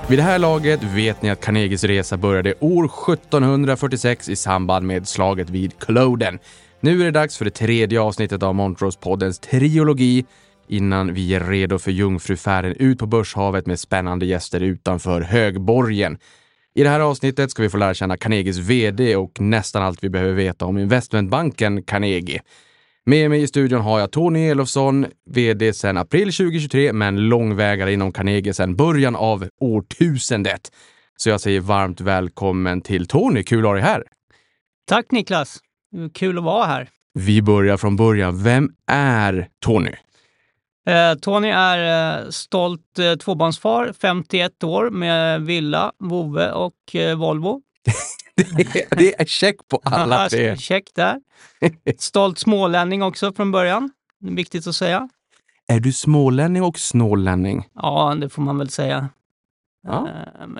Vid det här laget vet ni att Carnegies resa började år 1746 i samband med slaget vid Culloden. Nu är det dags för det tredje avsnittet av Montrose-poddens trilogi innan vi är redo för jungfrufärden ut på Börshavet med spännande gäster utanför Högborgen. I det här avsnittet ska vi få lära känna Carnegies vd och nästan allt vi behöver veta om investmentbanken Carnegie. Med mig i studion har jag Tony Elofsson, vd sedan april 2023 men långvägare inom Carnegie sedan början av årtusendet. Så jag säger varmt välkommen till Tony, kul att ha dig här. Tack Niklas, kul att vara här. Vi börjar från början, vem är Tony? Tony är stolt tvåbarnsfar, 51 år med villa, vovve och Volvo. Det är check på alla tre. Check där. Stolt smålänning också från början. Det är viktigt att säga. Är du smålänning och snålänning? Ja, det får man väl säga. Ja.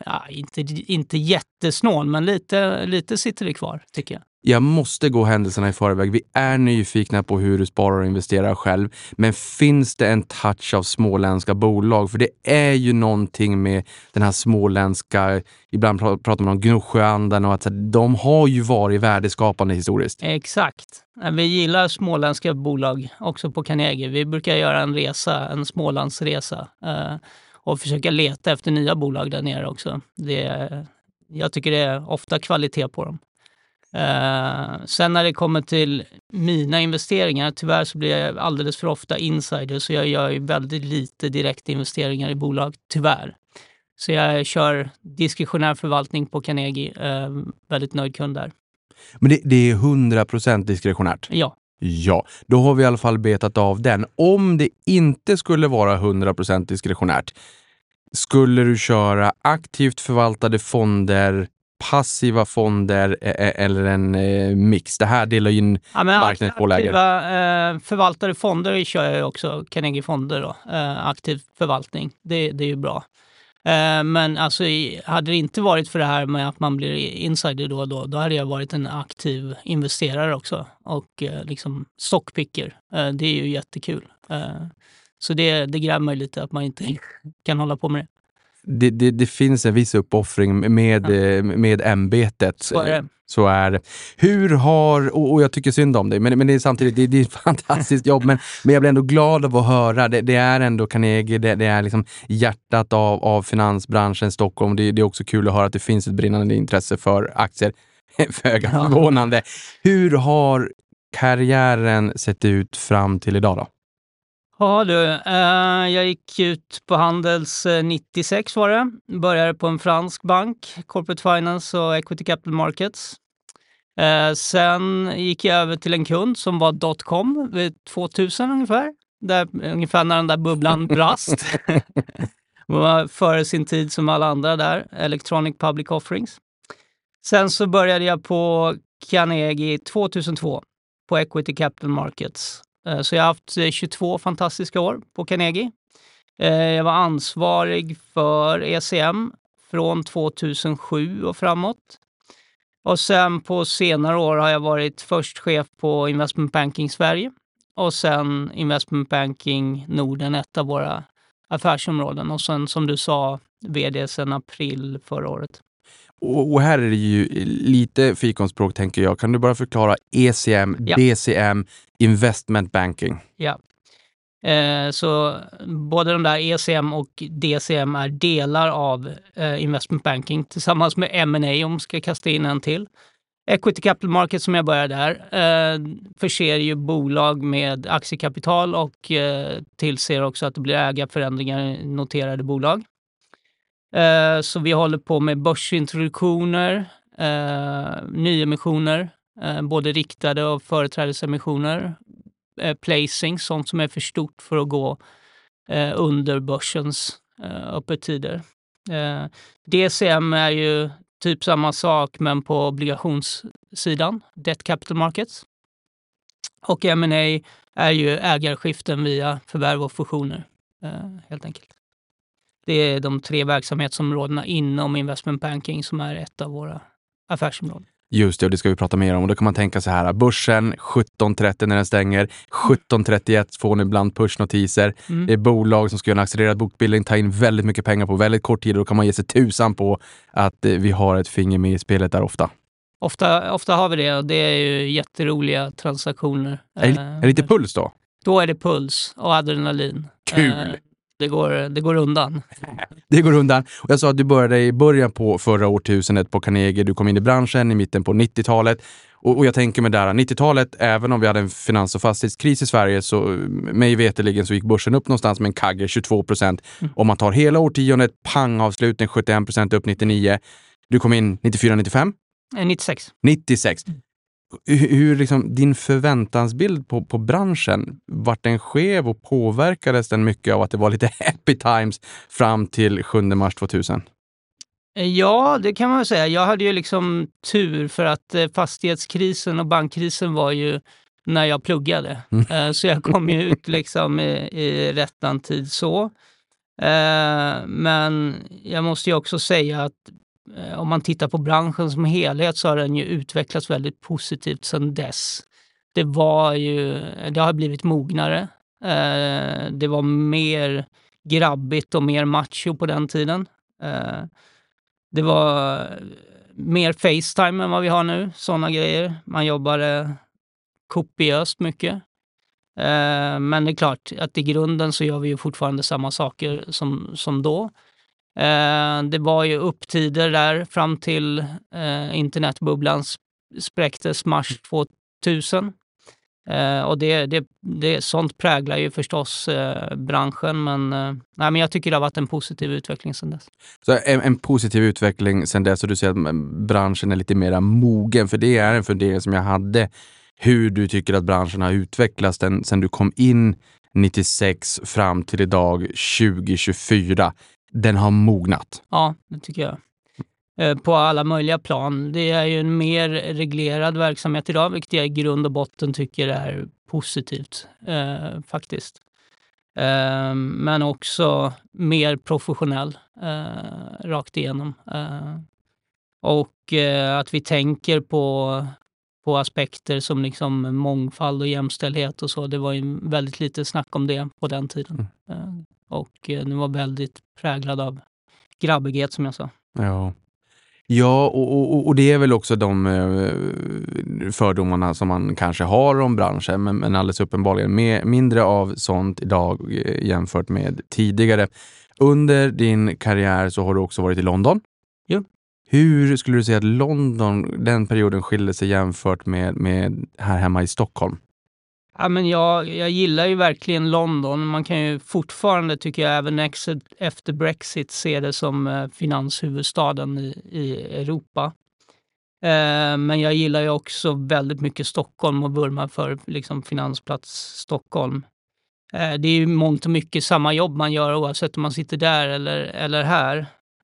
Inte jättesnål, men lite sitter det kvar, tycker jag. Jag måste gå händelserna i förväg. Vi är nyfikna på hur du sparar och investerar själv. Men finns det en touch av småländska bolag? För det är ju någonting med den här småländska, ibland pratar man om Gnosjöandan och att de har ju varit värdeskapande historiskt. Exakt. Vi gillar småländska bolag också på Carnegie. Vi brukar göra en Smålandsresa och försöka leta efter nya bolag där nere också. Jag tycker det är ofta kvalitet på dem. Sen när det kommer till mina investeringar, tyvärr så blir jag alldeles för ofta insider, så jag gör ju väldigt lite direktinvesteringar i bolag, tyvärr. Så jag kör diskretionär förvaltning på Carnegie, väldigt nöjd kund där. Men det är 100% diskretionärt? Ja, då har vi i alla fall betat av den. Om det inte skulle vara 100% diskretionärt, skulle du köra aktivt förvaltade fonder, passiva fonder eller en mix? Det här delar in marknaden på läger. Aktiva förvaltade fonder kör jag också, Carnegie-fonder då. Aktiv förvaltning, det är ju bra. Men alltså, hade det inte varit för det här med att man blir insider då hade jag varit en aktiv investerare också. Och liksom stockpicker. Det är ju jättekul. Så det grämer mig lite att man inte kan hålla på med det. Det finns en viss uppoffring med ämbetet. Så är det. Hur har, och jag tycker synd om dig, men det är samtidigt det är ett fantastiskt jobb, men jag blir ändå glad av att höra. Det är ändå Carnegie, det är liksom hjärtat av finansbranschen i Stockholm. Det är också kul att höra att det finns ett brinnande intresse för aktier. Föga förvånande. Hur har karriären sett ut fram till idag då? Ja du, jag gick ut på Handels 96 var det. Började på en fransk bank, Corporate Finance och Equity Capital Markets. Sen gick jag över till en kund som var .com vid 2000 ungefär. Ungefär när den där bubblan brast. Var före sin tid som alla andra där, Electronic Public Offerings. Sen så började jag på Carnegie 2002 på Equity Capital Markets. Så jag har haft 22 fantastiska år på Carnegie. Jag var ansvarig för ECM från 2007 och framåt. Och sen på senare år har jag varit först chef på Investment Banking Sverige. Och sen Investment Banking Norden, ett av våra affärsområden. Och sen som du sa, vd sedan april förra året. Och här är det ju lite fikonspråk tänker jag. Kan du bara förklara ECM, DCM, Investment Banking? Ja. Så både de där ECM och DCM är delar av Investment Banking tillsammans med M&A, om man ska kasta in en till. Equity Capital Markets som jag började där förser ju bolag med aktiekapital och tillser också att det blir ägarförändringar i noterade bolag. Så vi håller på med börsintroduktioner, nyemissioner, både riktade och företrädesemissioner, placing, sånt som är för stort för att gå under börsens öppettider. DCM är ju typ samma sak men på obligationssidan, debt capital markets. Och M&A är ju ägarskiften via förvärv och fusioner, helt enkelt. Det är de tre verksamhetsområdena inom investment banking som är ett av våra affärsområden. Just det, och det ska vi prata mer om. Och då kan man tänka så här, börsen 17.30 när den stänger, 17.31 får ni ibland pushnotiser. Det är bolag som ska göra en accelererad bokbildning, ta in väldigt mycket pengar på väldigt kort tid, och då kan man ge sig tusan på att vi har ett finger med i spelet där ofta. Ofta har vi det, och det är ju jätteroliga transaktioner. Är det lite puls då? Då är det puls och adrenalin. Kul! Det går undan. Det går undan. Och jag sa att du började i början på förra årtusendet på Carnegie. Du kom in i branschen i mitten på 90-talet. Och jag tänker mig där, 90-talet, även om vi hade en finans- och fastighetskris i Sverige, så mig veterligen så gick börsen upp någonstans med en kagge 22%. Om man tar hela årtiondet, pang, avslutning 71% upp 99. Du kom in 94-95? 96. Hur liksom, din förväntansbild på branschen, vart den skev och påverkades den mycket av att det var lite happy times fram till 7 mars 2000? Ja, det kan man väl säga. Jag hade ju liksom tur för att fastighetskrisen och bankkrisen var ju när jag pluggade. Så jag kom ju ut liksom i rättan tid så. Men jag måste ju också säga att om man tittar på branschen som helhet så har den ju utvecklats väldigt positivt sedan dess. Det har blivit mognare. Det var mer grabbigt och mer macho på den tiden. Det var mer FaceTime än vad vi har nu, sådana grejer. Man jobbade kopiöst mycket. Men det är klart att i grunden så gör vi ju fortfarande samma saker som då. Det var ju upptider där fram till internetbubblan spräcktes mars 2000. Och det sånt präglar ju förstås branschen, men jag tycker det har varit en positiv utveckling sedan dess. Så en positiv utveckling sedan dess, och du säger att branschen är lite mer mogen, för det är en fundering som jag hade, hur du tycker att branschen har utvecklats sen du kom in 96 fram till idag 2024. Den har mognat. Ja, det tycker jag. På alla möjliga plan. Det är ju en mer reglerad verksamhet idag, vilket jag i grund och botten tycker är positivt faktiskt. Men också mer professionell rakt igenom. Och att vi tänker på aspekter som liksom mångfald och jämställdhet och så. Det var ju väldigt lite snack om det på den tiden. Och det var väldigt präglad av grabbighet, som jag sa. Ja, och det är väl också de fördomarna som man kanske har om branschen, men alldeles uppenbarligen mindre av sånt idag jämfört med tidigare. Under din karriär så har du också varit i London. Jo. Hur skulle du säga att London, den perioden, skilde sig jämfört med här hemma i Stockholm? Ja, men jag gillar ju verkligen London. Man kan ju fortfarande, tycker jag, även efter Brexit se det som finanshuvudstaden i Europa. Men jag gillar ju också väldigt mycket Stockholm och vurmar för liksom finansplats Stockholm. Det är ju mångt och mycket samma jobb man gör oavsett om man sitter där eller här.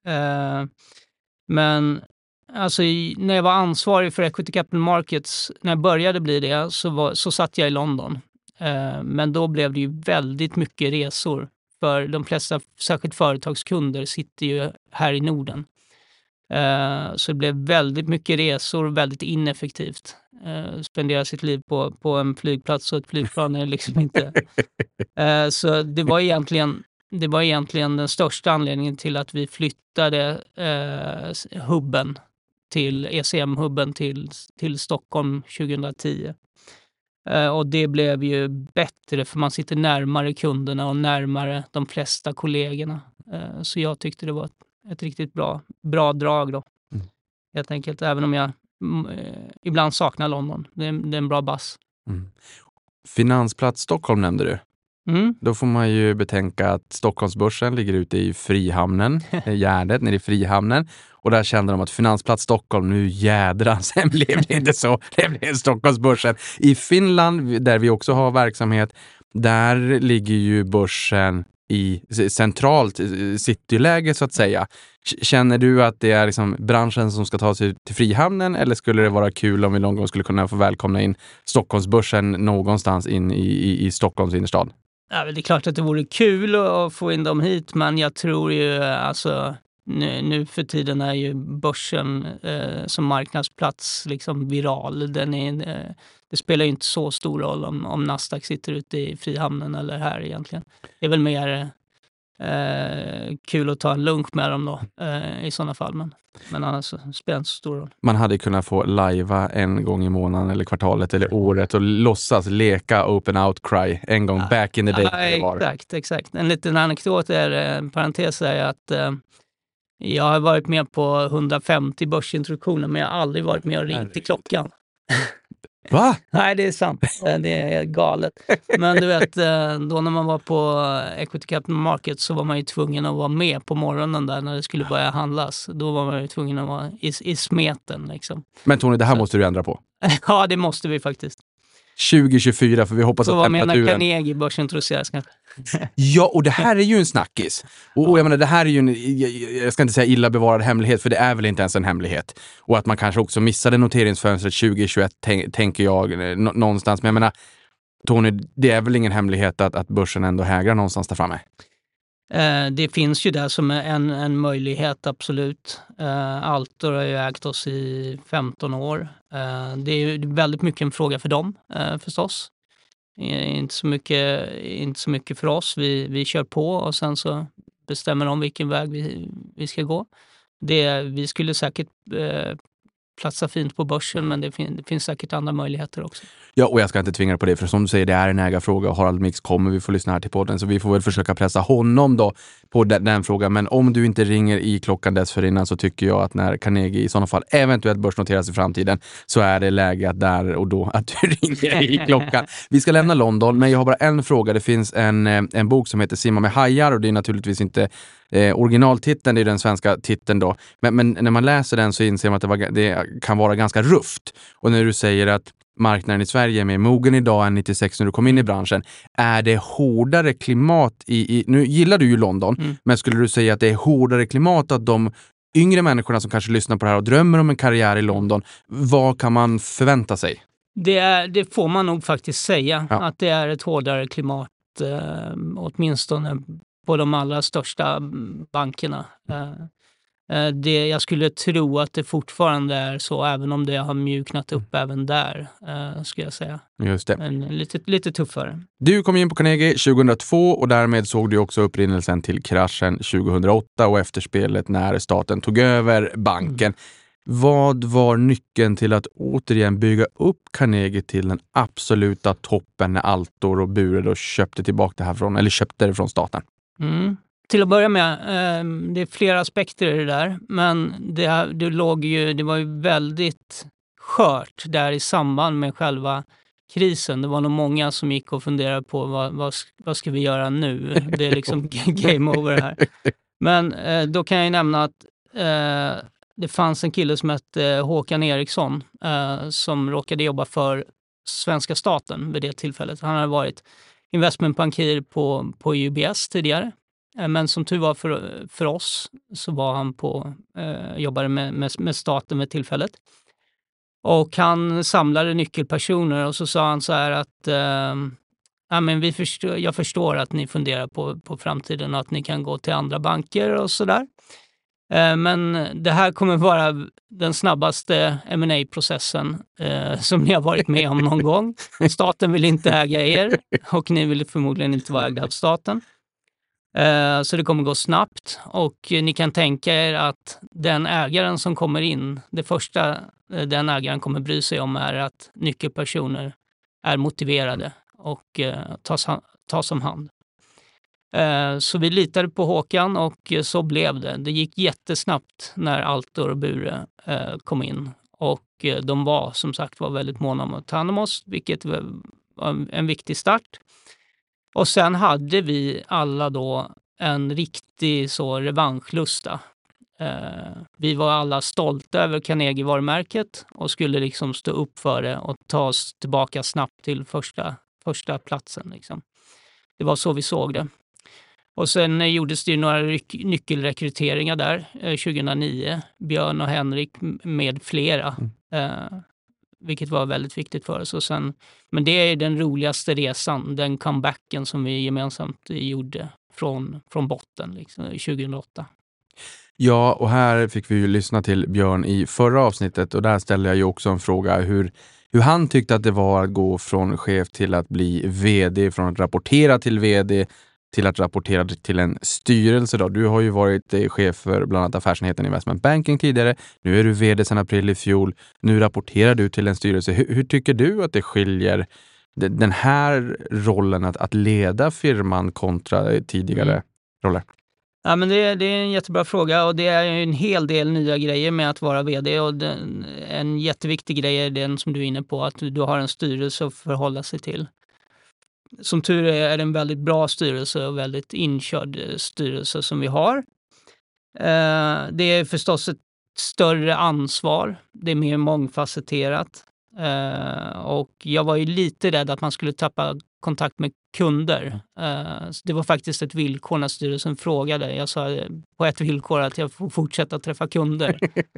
Men alltså, när jag var ansvarig för Equity Capital Markets, när jag började bli det, så satt jag i London. Men då blev det ju väldigt mycket resor. För de flesta, särskilt företagskunder, sitter ju här i Norden. Så det blev väldigt mycket resor, väldigt ineffektivt. Spendera sitt liv på en flygplats och ett flygplan är liksom inte... Så det var egentligen den största anledningen till att vi flyttade hubben till ECM-hubben till Stockholm 2010. Och det blev ju bättre för man sitter närmare kunderna och närmare de flesta kollegorna. Så jag tyckte det var ett riktigt bra drag då. Helt enkelt, även om jag ibland saknar London. Det är en bra bass. Finansplats Stockholm nämnde du. Då får man ju betänka att Stockholmsbörsen ligger ute i Frihamnen, Gärdet nere i Frihamnen. Och där kände de att Finansplats Stockholm, nu jädrar, sen blev det inte så. Det blev Stockholmsbörsen. I Finland, där vi också har verksamhet, där ligger ju börsen i centralt cityläge så att säga. Känner du att det är liksom branschen som ska ta sig till Frihamnen, eller skulle det vara kul om vi någon gång skulle kunna få välkomna in Stockholmsbörsen någonstans in i Stockholms innerstad? Ja, det är klart att det vore kul att få in dem hit, men jag tror ju alltså Nu för tiden är ju börsen som marknadsplats liksom viral. Det spelar ju inte så stor roll om Nasdaq sitter ute i Frihamnen eller här egentligen. Det är väl mer kul att ta en lunch med dem då i sådana fall. Men annars så spelar det inte så stor roll. Man hade kunnat få lajva en gång i månaden eller kvartalet eller året och låtsas leka open outcry en gång back in the day. Exakt. En liten anekdot en parentes är att jag har varit med på 150 börsintroduktioner men jag har aldrig varit med och ringt i klockan. Va? Nej, det är sant. Det är galet. Men du vet, då när man var på Equity Capital Markets så var man ju tvungen att vara med på morgonen där när det skulle börja handlas. Då var man ju tvungen att vara i smeten liksom. Men Tony, det här måste du ändra på. Ja, det måste vi faktiskt. 2024, för vi hoppas att temperaturen... Så vad menar Carnegie börsintroduceras kanske? Ja, och det här är ju en snackis. Och jag menar, det här är ju jag ska inte säga illa bevarad hemlighet, för det är väl inte ens en hemlighet. Och att man kanske också missade noteringsfönstret 2021, tänker jag, någonstans. Men jag menar, Tony, det är väl ingen hemlighet att börsen ändå hägrar någonstans där framme? Det finns ju där som en möjlighet, absolut. Altor har ju ägt oss i 15 år. Det är ju väldigt mycket en fråga för dem förstås. Inte så mycket för oss. Vi kör på och sen så bestämmer de vilken väg vi ska gå. Vi skulle säkert platsa fint på börsen, men det finns säkert andra möjligheter också. Ja, och jag ska inte tvinga på det, för som du säger, det är en ägarfråga och Harald Mix kommer vi få lyssna här till podden, så vi får väl försöka pressa honom då på den frågan. Men om du inte ringer i klockan dessförinnan så tycker jag att när Carnegie i sådana fall eventuellt börsnoteras i framtiden så är det läge att där och då att du ringer i klockan. Vi ska lämna London, men jag har bara en fråga. Det finns en bok som heter Simma med hajar och det är naturligtvis inte originaltiteln, det är den svenska titeln då. Men när man läser den så inser man att det kan vara ganska rufft. Och när du säger att marknaden i Sverige är mer mogen idag än 96 när du kom in i branschen, är det hårdare klimat nu gillar du ju London, men skulle du säga att det är hårdare klimat, att de yngre människorna som kanske lyssnar på det här och drömmer om en karriär i London, vad kan man förvänta sig? Det får man nog faktiskt säga, att det är ett hårdare klimat, åtminstone på de allra största bankerna. Jag skulle tro att det fortfarande är så, även om det har mjuknat upp även där, skulle jag säga. Just det. Men lite tuffare. Du kom in på Carnegie 2002 och därmed såg du också upprinnelsen till kraschen 2008 och efterspelet när staten tog över banken. Vad var nyckeln till att återigen bygga upp Carnegie till den absoluta toppen när Altor och Bure då köpte det från staten? Till att börja med, det är flera aspekter i det där, men det var ju väldigt skört där i samband med själva krisen. Det var nog många som gick och funderade på vad ska vi göra nu? Det är liksom game over här. Men då kan jag ju nämna att det fanns en kille som hette Håkan Eriksson som råkade jobba för svenska staten vid det tillfället. Han hade varit investmentbankir på UBS tidigare. Men som tur var för oss så var han jobbade med staten med tillfället. Och han samlade nyckelpersoner och så sa han så här att jag förstår att ni funderar på framtiden och att ni kan gå till andra banker och sådär. Men det här kommer vara den snabbaste M&A-processen som ni har varit med om någon gång. Staten vill inte äga er och ni vill förmodligen inte vara ägda av staten. Så det kommer gå snabbt och ni kan tänka er att den ägaren som kommer in, det första den ägaren kommer bry sig om är att nyckelpersoner är motiverade och tas om hand. Så vi litade på Håkan och så blev det. Det gick jättesnabbt när Altor och Bure kom in och de var som sagt väldigt måna om att ta hand om oss, vilket var en viktig start. Och sen hade vi alla då en riktig revanschlusta. Vi var alla stolta över Carnegie-varumärket och skulle liksom stå upp för det och ta oss tillbaka snabbt till första platsen. Liksom. Det var så vi såg det. Och sen gjordes det ju några nyckelrekryteringar där 2009. Björn och Henrik med flera. Vilket var väldigt viktigt för oss. Men det är den roligaste resan, den comebacken som vi gemensamt gjorde från botten liksom, 2008. Ja, och här fick vi ju lyssna till Björn i förra avsnittet och där ställde jag ju också en fråga hur han tyckte att det var att gå från chef till att bli vd, från att rapportera till vd till att rapportera till en styrelse då. Du har ju varit chef för bland annat affärsenheten Investment Banking tidigare. Nu är du vd sedan april i fjol. Nu rapporterar du till en styrelse. Hur tycker du att det skiljer den här rollen att leda firman kontra tidigare roller? Ja, men det är en jättebra fråga och det är ju en hel del nya grejer med att vara vd och en jätteviktig grej är den som du är inne på, att du har en styrelse att förhålla sig till. Som tur är det en väldigt bra styrelse och väldigt inkörd styrelse som vi har. Det är förstås ett större ansvar, det är mer mångfacetterat och jag var ju lite rädd att man skulle tappa kontakt med kunder. Så det var faktiskt ett villkor när styrelsen frågade. Jag sa på ett villkor att jag får fortsätta träffa kunder.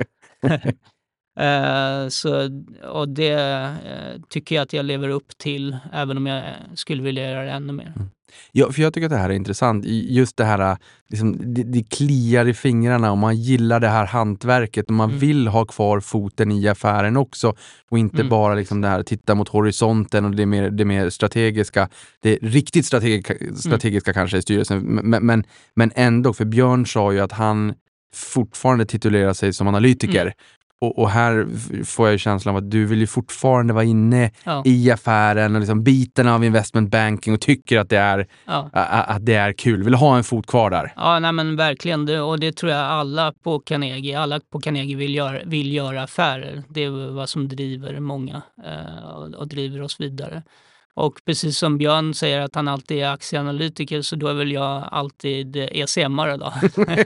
Och det tycker jag att jag lever upp till, även om jag skulle vilja göra det ännu mer. Ja, för jag tycker att det här är intressant. Just det här, liksom, det kliar i fingrarna och man gillar det här hantverket och man vill ha kvar foten i affären också och inte bara liksom det här titta mot horisonten och det mer strategiska, det riktigt strategiska kanske i styrelsen, men ändå, för Björn sa ju att han fortfarande titulerar sig som analytiker. Och här får jag ju känslan av att du vill ju fortfarande vara inne i affären och liksom biten av investment banking och tycker att det är kul. Vill ha en fot kvar där. Ja, nej men verkligen. Och det tror jag alla på Carnegie vill göra affärer. Det är vad som driver många och driver oss vidare. Och precis som Björn säger att han alltid är aktieanalytiker, så då är väl jag alltid ECM-are då.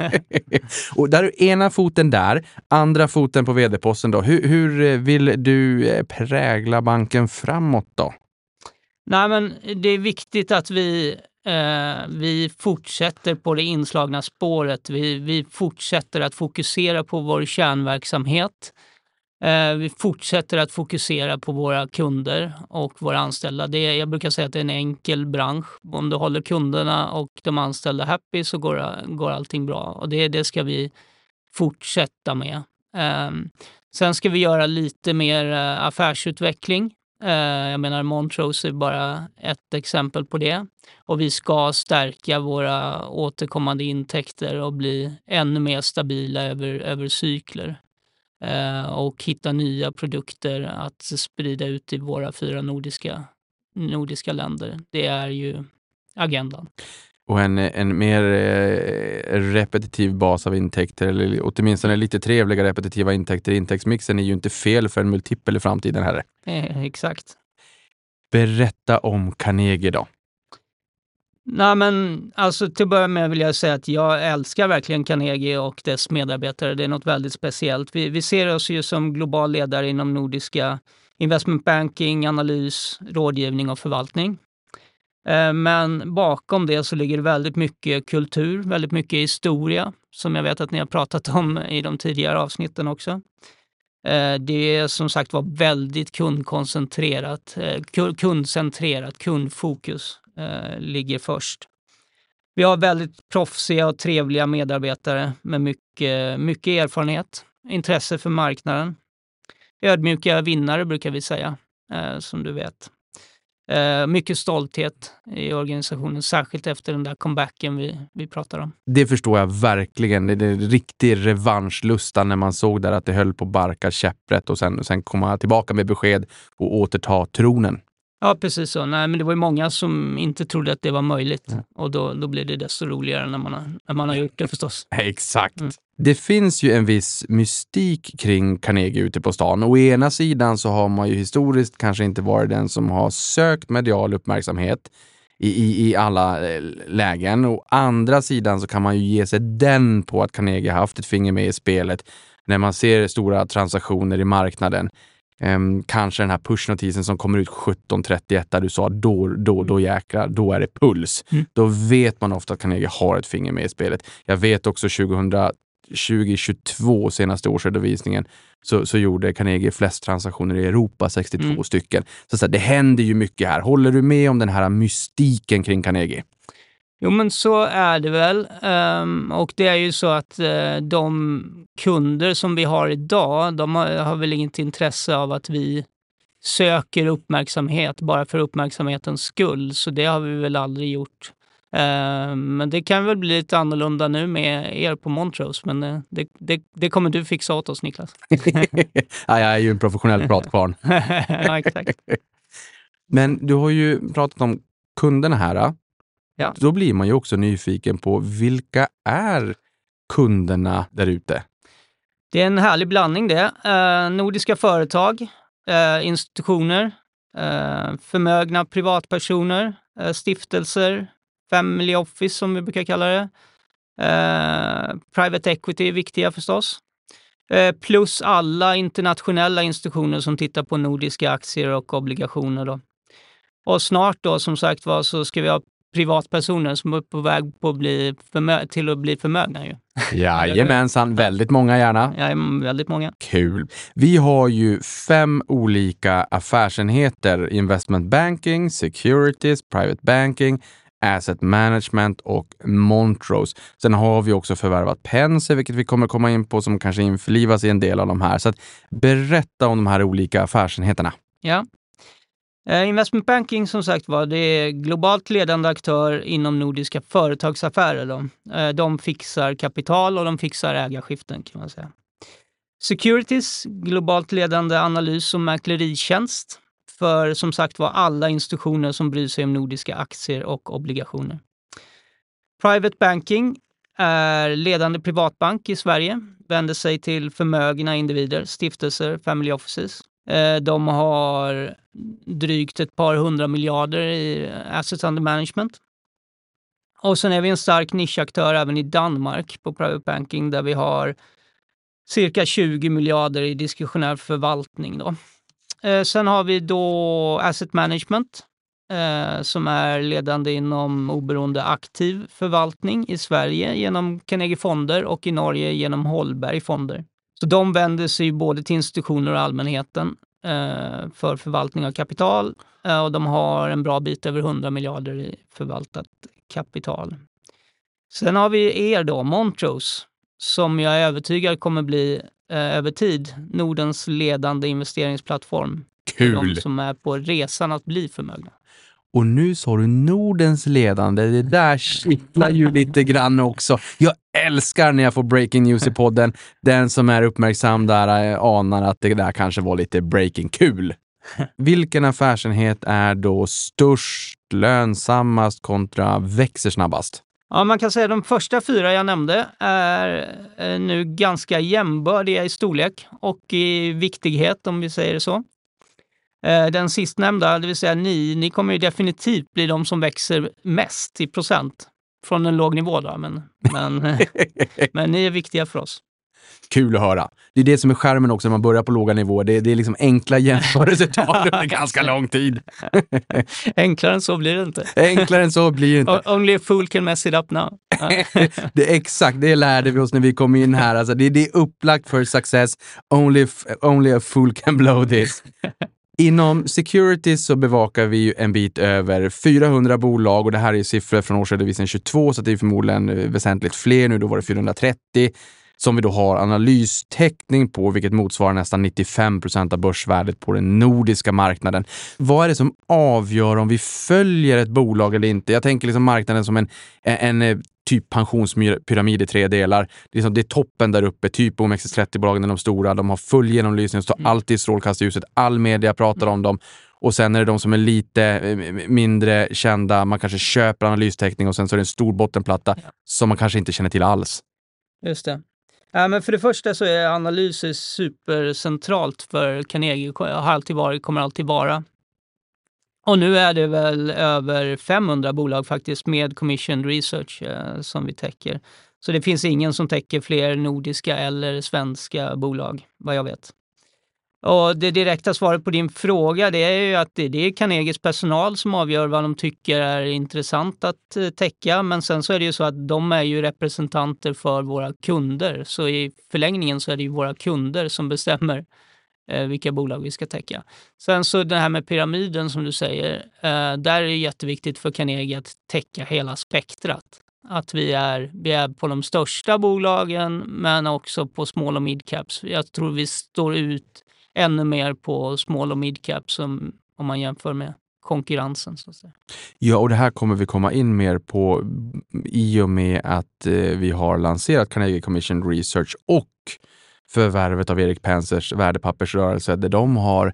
Och där är ena foten där, andra foten på vd-posten då. Hur vill du prägla banken framåt då? Nej, men det är viktigt att vi fortsätter på det inslagna spåret. Vi fortsätter att fokusera på vår kärnverksamhet. Vi fortsätter att fokusera på våra kunder och våra anställda. Jag brukar säga att det är en enkel bransch. Om du håller kunderna och de anställda happy så går allting bra. Och det ska vi fortsätta med. Sen ska vi göra lite mer affärsutveckling. Jag menar Montrose är bara ett exempel på det. Och vi ska stärka våra återkommande intäkter och bli ännu mer stabila över cykler. Och hitta nya produkter att sprida ut i våra 4 nordiska länder. Det är ju agendan. Och en mer repetitiv bas av intäkter, eller åtminstone lite trevliga repetitiva intäkter. Intäktsmixen är ju inte fel för en multipel i framtiden här. Exakt. Berätta om Carnegie då. Nej, men alltså till att börja med vill jag säga att jag älskar verkligen Carnegie och dess medarbetare. Det är något väldigt speciellt. Vi ser oss ju som global ledare inom nordiska investment banking, analys, rådgivning och förvaltning. Men bakom det så ligger väldigt mycket kultur, väldigt mycket historia, som jag vet att ni har pratat om i de tidigare avsnitten också. Det är som sagt var väldigt kundkoncentrerat, kundcentrerat, kundfokus ligger först. Vi har väldigt proffsiga och trevliga medarbetare med mycket erfarenhet, intresse för marknaden. Ödmjuka vinnare brukar vi säga, som du vet. Mycket stolthet i organisationen, särskilt efter den där comebacken vi pratar om. Det förstår jag verkligen. Det är riktig revanschlusta när man såg där att det höll på att barka käpprätt och sen komma tillbaka med besked och återta tronen. Ja, precis så. Nej, men det var ju många som inte trodde att det var möjligt. Och då blir det desto roligare när man har gjort det förstås. Exakt. Det finns ju en viss mystik kring Carnegie ute på stan. Å ena sidan så har man ju historiskt kanske inte varit den som har sökt medial uppmärksamhet i alla lägen. Å andra sidan så kan man ju ge sig den på att Carnegie har haft ett finger med i spelet när man ser stora transaktioner i marknaden. Kanske den här pushnotisen som kommer ut 17:31 där du sa då jäklar, då är det puls. Då vet man ofta att Carnegie har ett finger med i spelet. Jag vet också 2022 senaste årsredovisningen så gjorde Carnegie flest transaktioner i Europa, 62 stycken. Så det händer ju mycket här. Håller du med om den här mystiken kring Carnegie? Jo, men så är det väl. Och det är ju så att de kunder som vi har idag, de har väl inget intresse av att vi söker uppmärksamhet bara för uppmärksamhetens skull. Så det har vi väl aldrig gjort. Men det kan väl bli lite annorlunda nu med er på Montrose. Men det kommer du fixa åt oss, Niklas. Ja, jag är ju en professionell pratkvarn. Ja, exakt. Men du har ju pratat om kunderna här. Ja. Då blir man ju också nyfiken på vilka är kunderna där ute? Det är en härlig blandning det. Nordiska företag, institutioner, förmögna privatpersoner, stiftelser, family office som vi brukar kalla det. Private equity är viktiga förstås. Plus alla internationella institutioner som tittar på nordiska aktier och obligationer då. Och snart då som sagt var så ska vi ha privatpersoner som är på väg på till att bli förmögna ju. Jajamensan, väldigt många gärna. Ja, väldigt många. Kul. Vi har ju 5 olika affärsenheter. Investment banking, securities, private banking, asset management och Montrose. Sen har vi också förvärvat Penser, vilket vi kommer komma in på som kanske införlivas i en del av de här. Så att berätta om de här olika affärsenheterna. Ja. Investment banking som sagt var, det är globalt ledande aktör inom nordiska företagsaffärer. Då. De fixar kapital och de fixar ägarskiften kan man säga. Securities, globalt ledande analys och mäkleritjänst för som sagt var alla institutioner som bryr sig om nordiska aktier och obligationer. Private banking är ledande privatbank i Sverige, vänder sig till förmögna individer, stiftelser, family offices. De har drygt ett par 100 miljarder i assets under management. Och sen är vi en stark nischaktör även i Danmark på private banking där vi har cirka 20 miljarder i diskretionär förvaltning då. Sen har vi då asset management som är ledande inom oberoende aktiv förvaltning i Sverige genom Carnegie Fonder och i Norge genom Holberg Fonder. Så de vänder sig både till institutioner och allmänheten för förvaltning av kapital och de har en bra bit över 100 miljarder i förvaltat kapital. Sen har vi er då, Montrose, som jag är övertygad kommer bli över tid Nordens ledande investeringsplattform. Kul! För de som är på resan att bli förmögna. Och nu sa du Nordens ledande. Det där kittlar ju lite grann också. Jag älskar när jag får breaking news i podden. Den som är uppmärksam där anar att det där kanske var lite breaking kul. Vilken affärsenhet är då störst, lönsammast kontra växer snabbast? Ja, man kan säga att de första 4 jag nämnde är nu ganska jämbördiga i storlek och i viktighet om vi säger det så. Den sistnämnda, det vill säga ni kommer ju definitivt bli de som växer mest i procent från en låg nivå då, men ni är viktiga för oss. Kul att höra. Det är det som är skärmen också när man börjar på låga nivåer. Det är liksom enkla jämförelsetal under ganska lång tid. Enklare än så blir det inte. Enklare än så blir det inte. Only a fool can mess it up now. Det är exakt, det lärde vi oss när vi kom in här. Alltså, det är upplagt för success. Only a fool can blow this. Inom securities så bevakar vi ju en bit över 400 bolag och det här är siffror från årsredovisningen 22 så det är förmodligen väsentligt fler nu, då var det 430 som vi då har analystäckning på, vilket motsvarar nästan 95% av börsvärdet på den nordiska marknaden. Vad är det som avgör om vi följer ett bolag eller inte? Jag tänker liksom marknaden som en typ pensionspyramid i 3 delar. Det är toppen där uppe, typ OMXS30-bolagen är de stora, de har full genomlysning, står alltid i strålkastarljuset, all media pratar om dem. Och sen är det de som är lite mindre kända, man kanske köper analystäckning och sen så är det en stor bottenplatta som man kanske inte känner till alls. Just det. Ja, men för det första så är analyser supercentralt för Carnegie, har alltid varit, kommer alltid vara. Och nu är det väl över 500 bolag faktiskt med commissioned research som vi täcker. Så det finns ingen som täcker fler nordiska eller svenska bolag, vad jag vet. Och det direkta svaret på din fråga, det är ju att det är Carnegies personal som avgör vad de tycker är intressant att täcka. Men sen så är det ju så att de är ju representanter för våra kunder. Så i förlängningen så är det ju våra kunder som bestämmer vilka bolag vi ska täcka. Sen så det här med pyramiden som du säger, där är det jätteviktigt för Carnegie att täcka hela spektrat. Att vi är på de största bolagen men också på small och midcaps. Jag tror vi står ut ännu mer på small och midcaps om man jämför med konkurrensen så att säga. Ja, och det här kommer vi komma in mer på i och med att vi har lanserat Carnegie Commission Research och förvärvet av Erik Pensers värdepappersrörelse där de har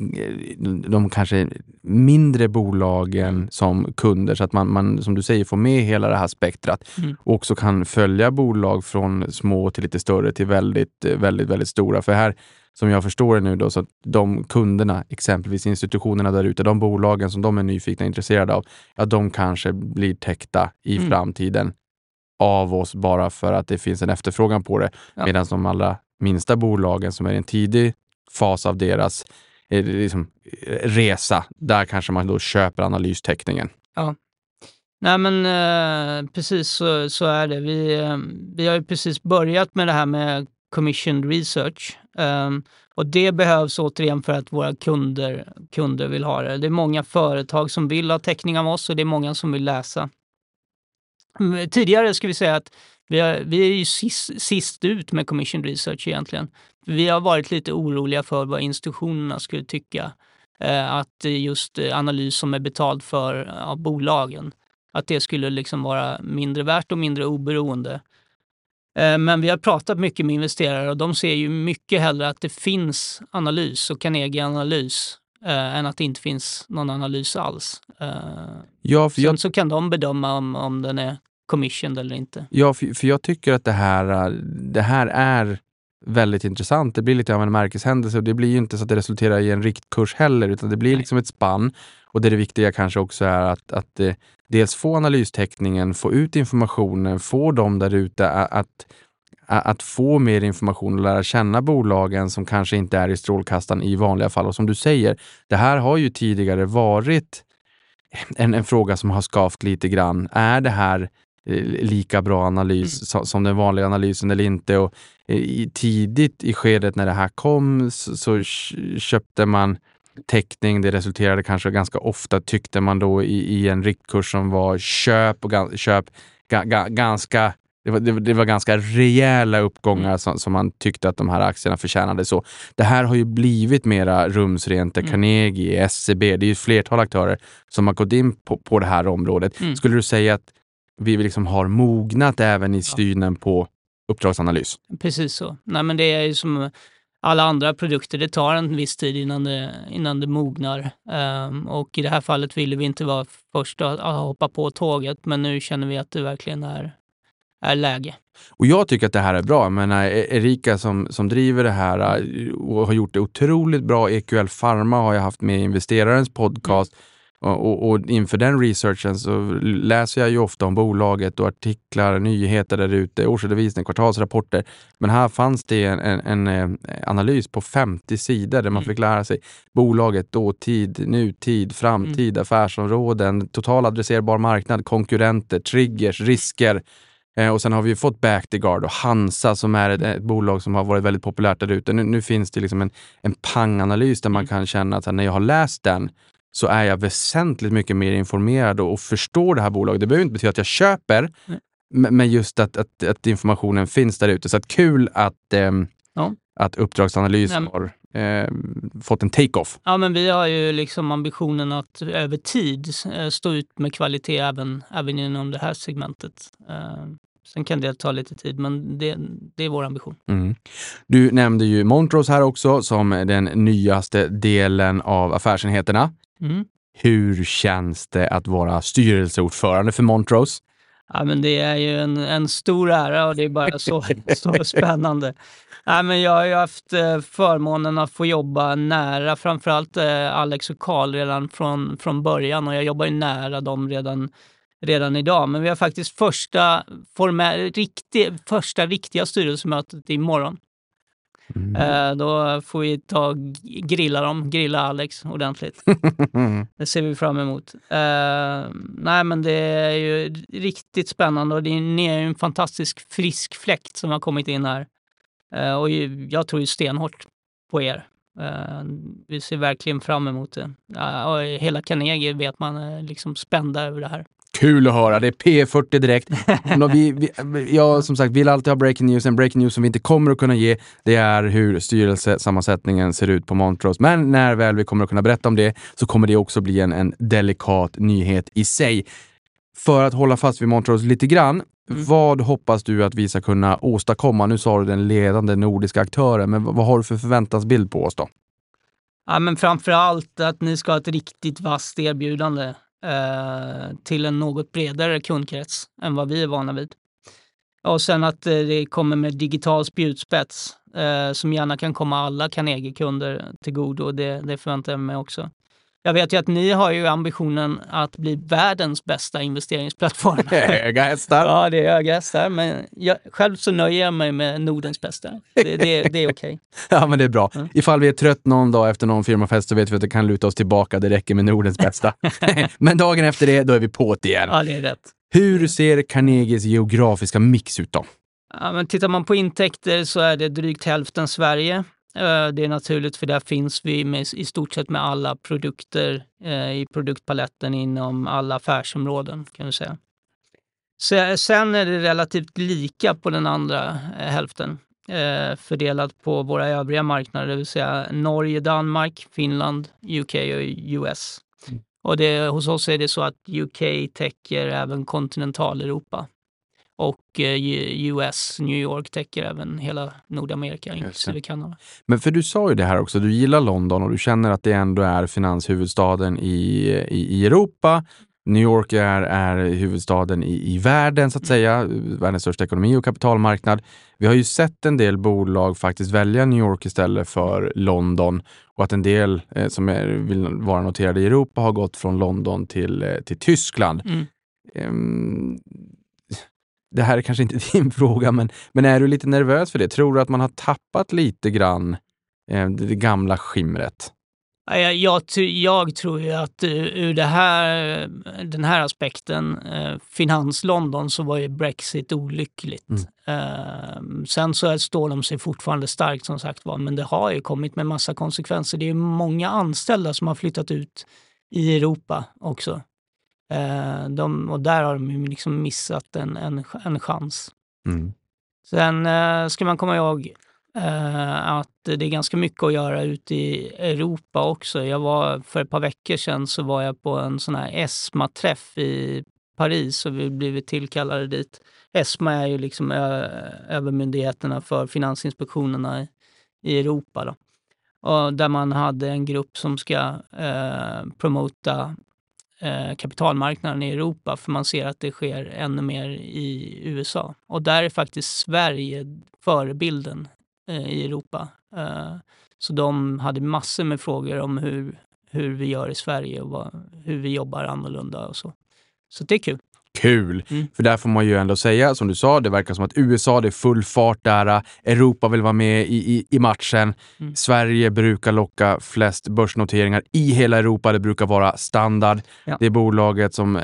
de kanske mindre bolagen som kunder så att man som du säger får med hela det här spektrat och också kan följa bolag från små till lite större till väldigt, väldigt, väldigt stora. För här, som jag förstår det nu då, så att de kunderna, exempelvis institutionerna där ute, de bolagen som de är nyfikna och intresserade av, ja, de kanske blir täckta i framtiden av oss bara för att det finns en efterfrågan på det. Ja. Medan de allra minsta bolagen som är i en tidig fas av deras liksom, resa, där kanske man då köper analystäckningen. Ja. Nej men precis så är det. Vi har ju precis börjat med det här med commissioned research. Och det behövs återigen för att våra kunder vill ha det. Det är många företag som vill ha täckning av oss och det är många som vill läsa. Tidigare ska vi säga att vi är ju sist ut med commissioned research egentligen. Vi har varit lite oroliga för vad institutionerna skulle tycka. Att just analys som är betald för av bolagen, att det skulle liksom vara mindre värt och mindre oberoende. Men vi har pratat mycket med investerare och de ser ju mycket hellre att det finns analys och Carnegie-analys än att det inte finns någon analys alls. Ja, Sen så kan de bedöma om den är commissioned eller inte. Ja, för jag tycker att det här är väldigt intressant. Det blir lite av en märkeshändelse och det blir ju inte så att det resulterar i en riktkurs heller, utan det blir liksom ett spann. Och det viktiga kanske också är att dels få analystäckningen, få ut informationen, få dem där ute att få mer information och lära känna bolagen som kanske inte är i strålkastan i vanliga fall. Och som du säger, det här har ju tidigare varit en fråga som har skavt lite grann. Är det här lika bra analys som den vanliga analysen eller inte? Och tidigt i skedet när det här kom så köpte man täckning. Det resulterade kanske ganska ofta, tyckte man då, i en riktkurs som var ganska. Det var ganska rejäla uppgångar som man tyckte att de här aktierna förtjänade. Så det här har ju blivit mera rumsrent. Carnegie, SEB, det är ju ett flertal aktörer som har gått in på det här området. Skulle du säga att vi liksom har mognat även i synen på uppdragsanalys? Precis så. Nej, men det är ju som alla andra produkter, det tar en viss tid innan det mognar. Och i det här fallet ville vi inte vara först att hoppa på tåget, men nu känner vi att det verkligen är läge. Och jag tycker att det här är bra. Men Erika som driver det här och har gjort det otroligt bra. EQL Pharma har jag haft med i investerarens podcast. Och inför den researchen så läser jag ju ofta om bolaget och artiklar, nyheter där ute, årsredovisning, kvartalsrapporter. Men här fanns det en analys på 50 sidor där man fick lära sig bolaget, dåtid, nutid, framtid, affärsområden, total adresserbar marknad, konkurrenter, triggers, risker. Och sen har vi ju fått Bactiguard och Hansa som är ett bolag som har varit väldigt populärt där ute. Nu finns det liksom en panganalys där man kan känna att när jag har läst den så är jag väsentligt mycket mer informerad och förstår det här bolaget. Det behöver inte betyda att jag köper, men just att informationen finns där ute. Så att kul att uppdragsanalys har fått en take-off. Ja, men vi har ju liksom ambitionen att över tid stå ut med kvalitet även inom det här segmentet. Sen kan det ta lite tid, men det är vår ambition. Du nämnde ju Montrose här också som den nyaste delen av affärsenheterna. Hur känns det att vara styrelseordförande för Montrose? Ja, men det är ju en stor ära och det är bara så spännande. Ja, men jag har ju haft förmånen att få jobba nära framförallt Alex och Carl redan från början, och jag jobbar ju nära dem redan idag. Men vi har faktiskt första riktiga styrelsemötet imorgon. Då får vi grilla Alex ordentligt. Det ser vi fram emot. Nej, men det är ju riktigt spännande och ni är ju en fantastisk frisk fläkt som har kommit in här. Och jag tror ju stenhårt på er. Vi ser verkligen fram emot det. Och hela Carnegie vet man är liksom spända över det här. Kul att höra, det är P40 direkt. Jag som sagt vill alltid ha breaking news. En breaking news som vi inte kommer att kunna ge, det är hur styrelsesammansättningen ser ut på Montrose. Men när väl vi kommer att kunna berätta om det så kommer det också bli en delikat nyhet i sig. För att hålla fast vid Montrose lite grann, vad hoppas du att vi ska kunna åstadkomma? Nu sa du den ledande nordiska aktören, men vad har du för förväntansbild på oss då? Ja, men framförallt att ni ska ha ett riktigt vasst erbjudande till en något bredare kundkrets än vad vi är vana vid. Och sen att det kommer med digital spjutspets som gärna kan komma alla Carnegie-kunder till godo, och det förväntar jag mig också. Jag vet ju att ni har ju ambitionen att bli världens bästa investeringsplattform. Höga hästar. Ja, det är höga hästar, men själv så nöjer jag mig med Nordens bästa. Det är okej. Ja, men det är bra. Ifall vi är trött någon dag efter någon firmafest så vet vi att det kan luta oss tillbaka. Det räcker med Nordens bästa. Men dagen efter det, då är vi på det igen. Ja, det är rätt. Hur ser Carnegies geografiska mix ut då? Ja, men tittar man på intäkter så är det drygt hälften Sverige. Det är naturligt, för där finns vi i stort sett med alla produkter i produktpaletten inom alla affärsområden, kan vi säga. Sen är det relativt lika på den andra hälften, fördelat på våra övriga marknader, det vill säga Norge, Danmark, Finland, UK och US. Och hos oss är det så att UK täcker även kontinentaleuropa. Och US, New York, täcker även hela Nordamerika, inklusive Kanada. Men för du sa ju det här också, du gillar London och du känner att det ändå är finanshuvudstaden i Europa. New York är huvudstaden i världen så att säga, världens största ekonomi och kapitalmarknad. Vi har ju sett en del bolag faktiskt välja New York istället för London, och att en del som vill vara noterade i Europa har gått från London till Tyskland. Det här är kanske inte din fråga, men är du lite nervös för det? Tror du att man har tappat lite grann det gamla skimret? Jag tror ju att ur den här aspekten, finans-London, så var ju Brexit olyckligt. Sen så står de sig fortfarande starkt som sagt var, men det har ju kommit med massa konsekvenser. Det är många anställda som har flyttat ut i Europa också. Och där har de ju liksom missat en chans. Sen ska man komma ihåg att det är ganska mycket att göra ute i Europa också. För ett par veckor sedan så var jag på en sån här ESMA-träff i Paris och vi blivit tillkallade dit. ESMA är ju liksom övermyndigheterna för finansinspektionerna i Europa då. Och där man hade en grupp som ska promota kapitalmarknaden i Europa, för man ser att det sker ännu mer i USA. Och där är faktiskt Sverige förebilden i Europa. Så de hade massor med frågor om hur vi gör i Sverige och hur vi jobbar annorlunda och så. Så det är kul. Kul, för där får man ju ändå säga, som du sa, det verkar som att USA, det är full fart där, Europa vill vara med i matchen. Sverige brukar locka flest börsnoteringar i hela Europa, det brukar vara standard. Ja. Det bolaget som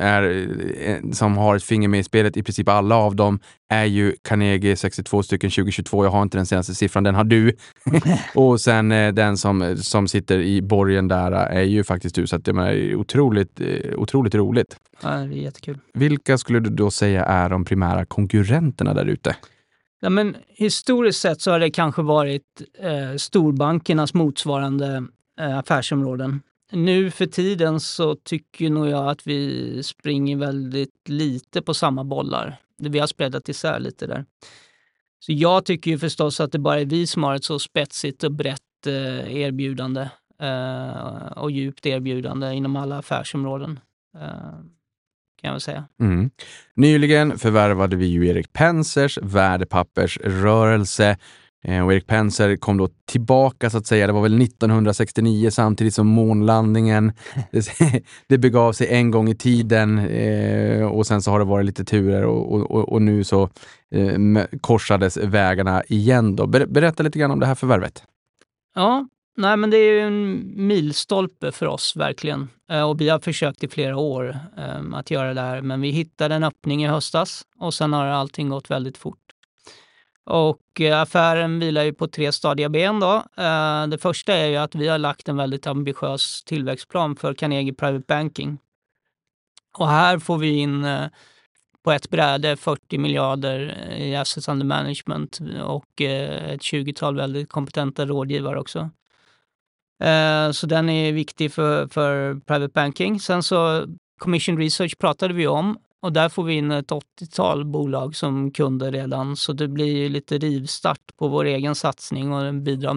har ett finger med i spelet, i princip alla av dem, är ju Carnegie, 62 stycken 2022, jag har inte den senaste siffran, den har du. Och sen den som sitter i borgen där är ju faktiskt du, så att det är otroligt roligt. Ja, det är jättekul. Vilka skulle du då säga är de primära konkurrenterna där ute? Ja, men historiskt sett så har det kanske varit storbankernas motsvarande affärsområden. Nu för tiden så tycker nog jag att vi springer väldigt lite på samma bollar. Vi har spreadat isär lite där. Så jag tycker ju förstås att det bara är vi som har ett så spetsigt och brett erbjudande och djupt erbjudande inom alla affärsområden. Kan jag väl säga. Nyligen förvärvade vi ju Erik Pensers värdepappersrörelse. Och Erik Penser kom då tillbaka så att säga. Det var väl 1969 samtidigt som månlandningen. Det begav sig en gång i tiden och sen så har det varit lite turer och nu så korsades vägarna igen då. Berätta lite grann om det här förvärvet. Ja, nej, men det är ju en milstolpe för oss verkligen. Och vi har försökt i flera år att göra det här. Men vi hittade en öppning i höstas och sen har allting gått väldigt fort. Och affären vilar ju på 3 stadiga ben då. Det första är ju att vi har lagt en väldigt ambitiös tillväxtplan för Carnegie Private Banking. Och här får vi in på ett bräde 40 miljarder i assets under management och ett 20-tal väldigt kompetenta rådgivare också. Så den är viktig för private banking. Sen så commission research pratade vi om och där får vi in ett 80-tal bolag som kunder redan. Så det blir ju lite rivstart på vår egen satsning och den bidrar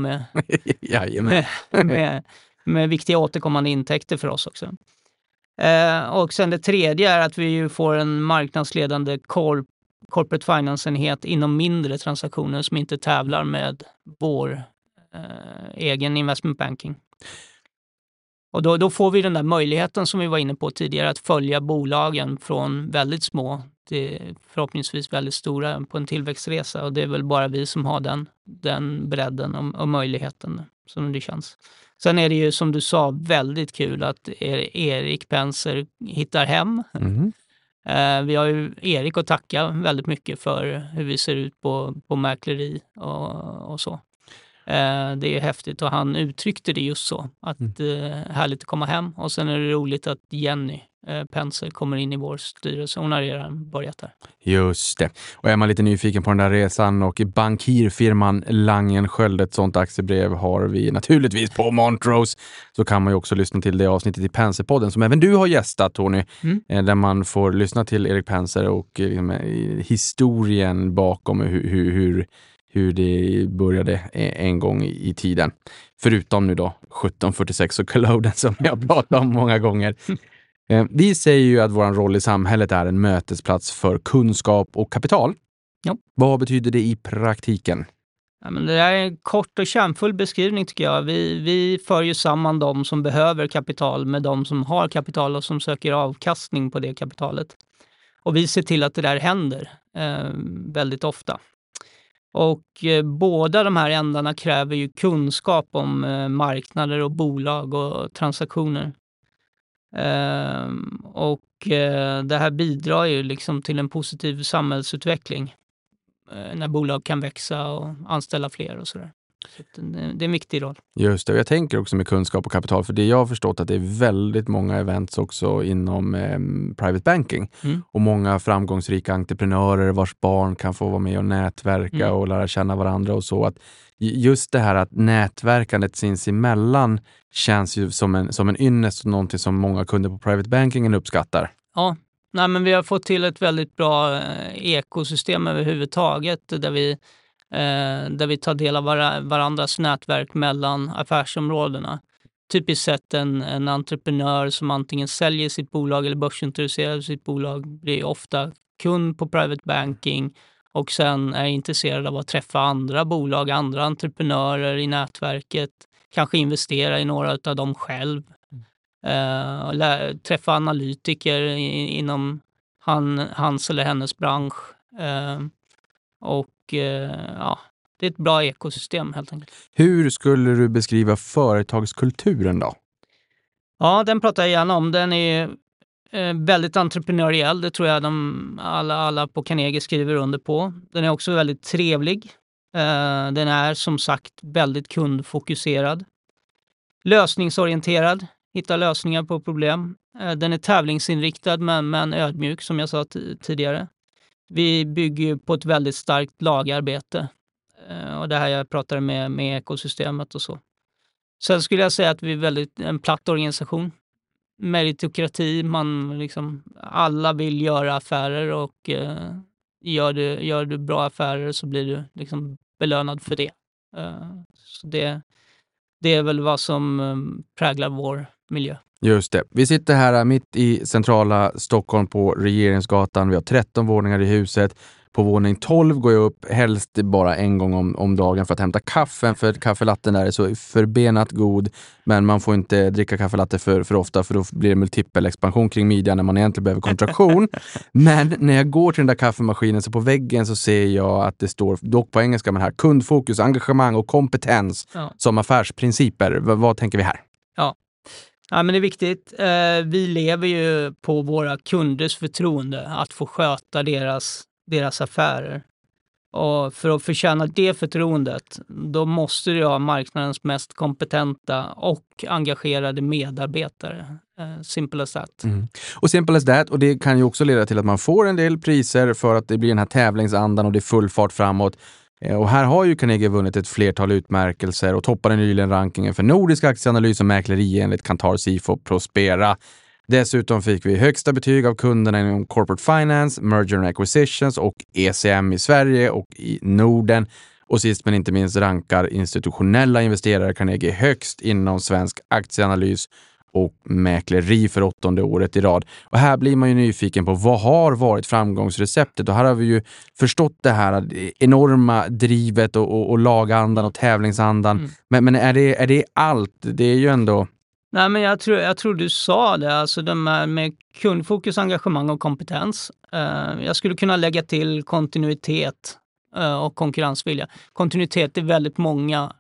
med viktiga återkommande intäkter för oss också. Och sen det tredje är att vi får en marknadsledande corporate finance-enhet inom mindre transaktioner som inte tävlar med vår egen investment banking. Och då får vi den där möjligheten som vi var inne på tidigare att följa bolagen från väldigt små till förhoppningsvis väldigt stora på en tillväxtresa. Och det är väl bara vi som har den bredden och möjligheten som det känns. Sen är det ju som du sa väldigt kul att Erik Penser hittar hem. Mm. Vi har ju Erik att tacka väldigt mycket för hur vi ser ut på mäkleri och så. Det är häftigt och han uttryckte det just så. Att härligt att komma hem. Och sen är det roligt att Jenny Penser kommer in i vår styrelse. Hon har redan börjat där. Just det. Och är man lite nyfiken på den där resan och bankirfirman Langenskiöld, ett sånt aktiebrev har vi naturligtvis på Montrose. Så kan man ju också lyssna till det avsnittet i Penser-podden som även du har gästat, Tony. Där man får lyssna till Erik Penser och historien bakom hur det började en gång i tiden. Förutom nu då 1746 och Cloden som jag pratat om många gånger. Vi säger ju att vår roll i samhället är en mötesplats för kunskap och kapital. Ja. Vad betyder det i praktiken? Ja, men det är en kort och kärnfull beskrivning tycker jag. Vi för ju samman de som behöver kapital med de som har kapital och som söker avkastning på det kapitalet. Och vi ser till att det där händer väldigt ofta. Och båda de här ändarna kräver ju kunskap om marknader och bolag och transaktioner. Det här bidrar ju liksom till en positiv samhällsutveckling när bolag kan växa och anställa fler och sådär. Så det är en viktig roll. Just det, jag tänker också med kunskap och kapital för det jag har förstått att det är väldigt många events också inom private banking och många framgångsrika entreprenörer vars barn kan få vara med och nätverka och lära känna varandra och så att just det här att nätverkandet sinsemellan känns ju som en ynnest och någonting som många kunder på private bankingen uppskattar. Ja, nej, men vi har fått till ett väldigt bra ekosystem överhuvudtaget där vi tar del av varandras nätverk mellan affärsområdena. Typiskt sett en entreprenör som antingen säljer sitt bolag eller börsintroducerar sitt bolag blir ofta kund på private banking och sen är intresserad av att träffa andra bolag, andra entreprenörer i nätverket, kanske investera i några av dem själv. Träffa analytiker inom hans eller hennes bransch. Det är ett bra ekosystem helt enkelt. Hur skulle du beskriva företagskulturen då? Ja, den pratar jag gärna om. Den är väldigt entreprenöriell. Det tror jag alla på Carnegie skriver under på. Den är också väldigt trevlig. Den är som sagt väldigt kundfokuserad. Lösningsorienterad. Hitta lösningar på problem. Den är tävlingsinriktad men ödmjuk som jag sa tidigare. Vi bygger på ett väldigt starkt lagarbete. Och det här jag pratade med ekosystemet och så. Sen skulle jag säga att vi är väldigt en platt organisation. Meritokrati, alla vill göra affärer och gör du bra affärer så blir du liksom belönad för det. Så det är väl vad som präglar vår miljö. Just det. Vi sitter här mitt i centrala Stockholm på Regeringsgatan. Vi har 13 våningar i huset. På våning 12 går jag upp helst bara en gång om dagen för att hämta kaffen. För kaffelatten där är så förbenat god. Men man får inte dricka kaffelatte för ofta för då blir det multipel expansion kring midjan när man egentligen behöver kontraktion. Men när jag går till den där kaffemaskinen så på väggen så ser jag att det står, dock på engelska men här, kundfokus, engagemang och kompetens som affärsprinciper. Vad tänker vi här? Ja, men det är viktigt. Vi lever ju på våra kunders förtroende att få sköta deras affärer. Och för att förtjäna det förtroendet, då måste du ha marknadens mest kompetenta och engagerade medarbetare. Simple as that. Och simple as that, och det kan ju också leda till att man får en del priser för att det blir den här tävlingsandan och det är full fart framåt. Och här har ju Carnegie vunnit ett flertal utmärkelser och toppade nyligen rankingen för nordisk aktieanalys och mäkleri enligt Kantar, Sifo, Prospera. Dessutom fick vi högsta betyg av kunderna inom Corporate Finance, Merger and Acquisitions och ECM i Sverige och i Norden. Och sist men inte minst rankar institutionella investerare Carnegie högst inom svensk aktieanalys och mäkleri för 8:e året i rad. Och här blir man ju nyfiken på vad har varit framgångsreceptet, och här har vi ju förstått det här enorma drivet och lagandan och tävlingsandan. Men är det allt? Det är ju ändå... Nej, men jag tror du sa det, alltså de här med kundfokus, engagemang och kompetens. Jag skulle kunna lägga till kontinuitet och konkurrensvilja. Kontinuitet är väldigt många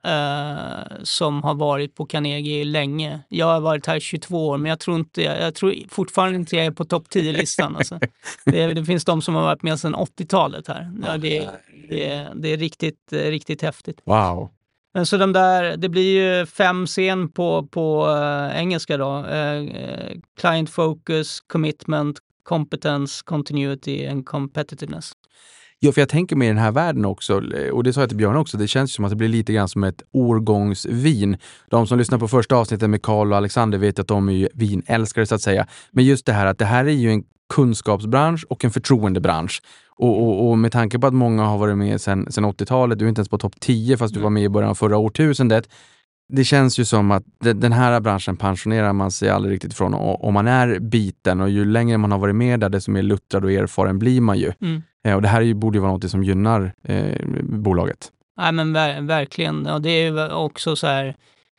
som har varit på Carnegie länge. Jag har varit här 22 år, men jag tror fortfarande inte jag är på topp 10-listan. Alltså. Det finns de som har varit med sedan 80-talet här. Ja, det är riktigt häftigt. Wow. Men så det blir ju 5 scen på engelska då. Client focus, commitment, competence, continuity and competitiveness. Ja, för jag tänker mig i den här världen också, och det sa jag till Björn också, det känns som att det blir lite grann som ett årgångsvin. De som lyssnar på första avsnittet med Carl och Alexander vet att de är ju vinälskare så att säga. Men just det här att det här är ju en kunskapsbransch och en förtroendebransch. Och med tanke på att många har varit med sedan 80-talet, du är inte ens på topp 10 fast du var med i början av förra årtusendet. Det känns ju som att den här branschen pensionerar man sig aldrig riktigt från om man är biten, och ju längre man har varit med där, desto mer luttrad och erfaren blir man ju. Och det här borde ju vara något som gynnar bolaget. Nej, men verkligen. Och det är ju också så här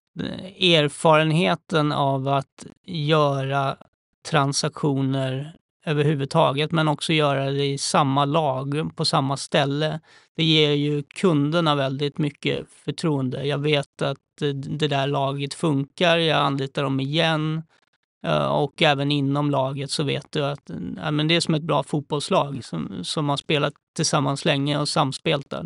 erfarenheten av att göra transaktioner överhuvudtaget, men också göra det i samma lag, på samma ställe. Det ger ju kunderna väldigt mycket förtroende. Jag vet att det där laget funkar, jag anlitar dem igen. Och även inom laget så vet du att men det är som ett bra fotbollslag som har spelat tillsammans länge och samspelta.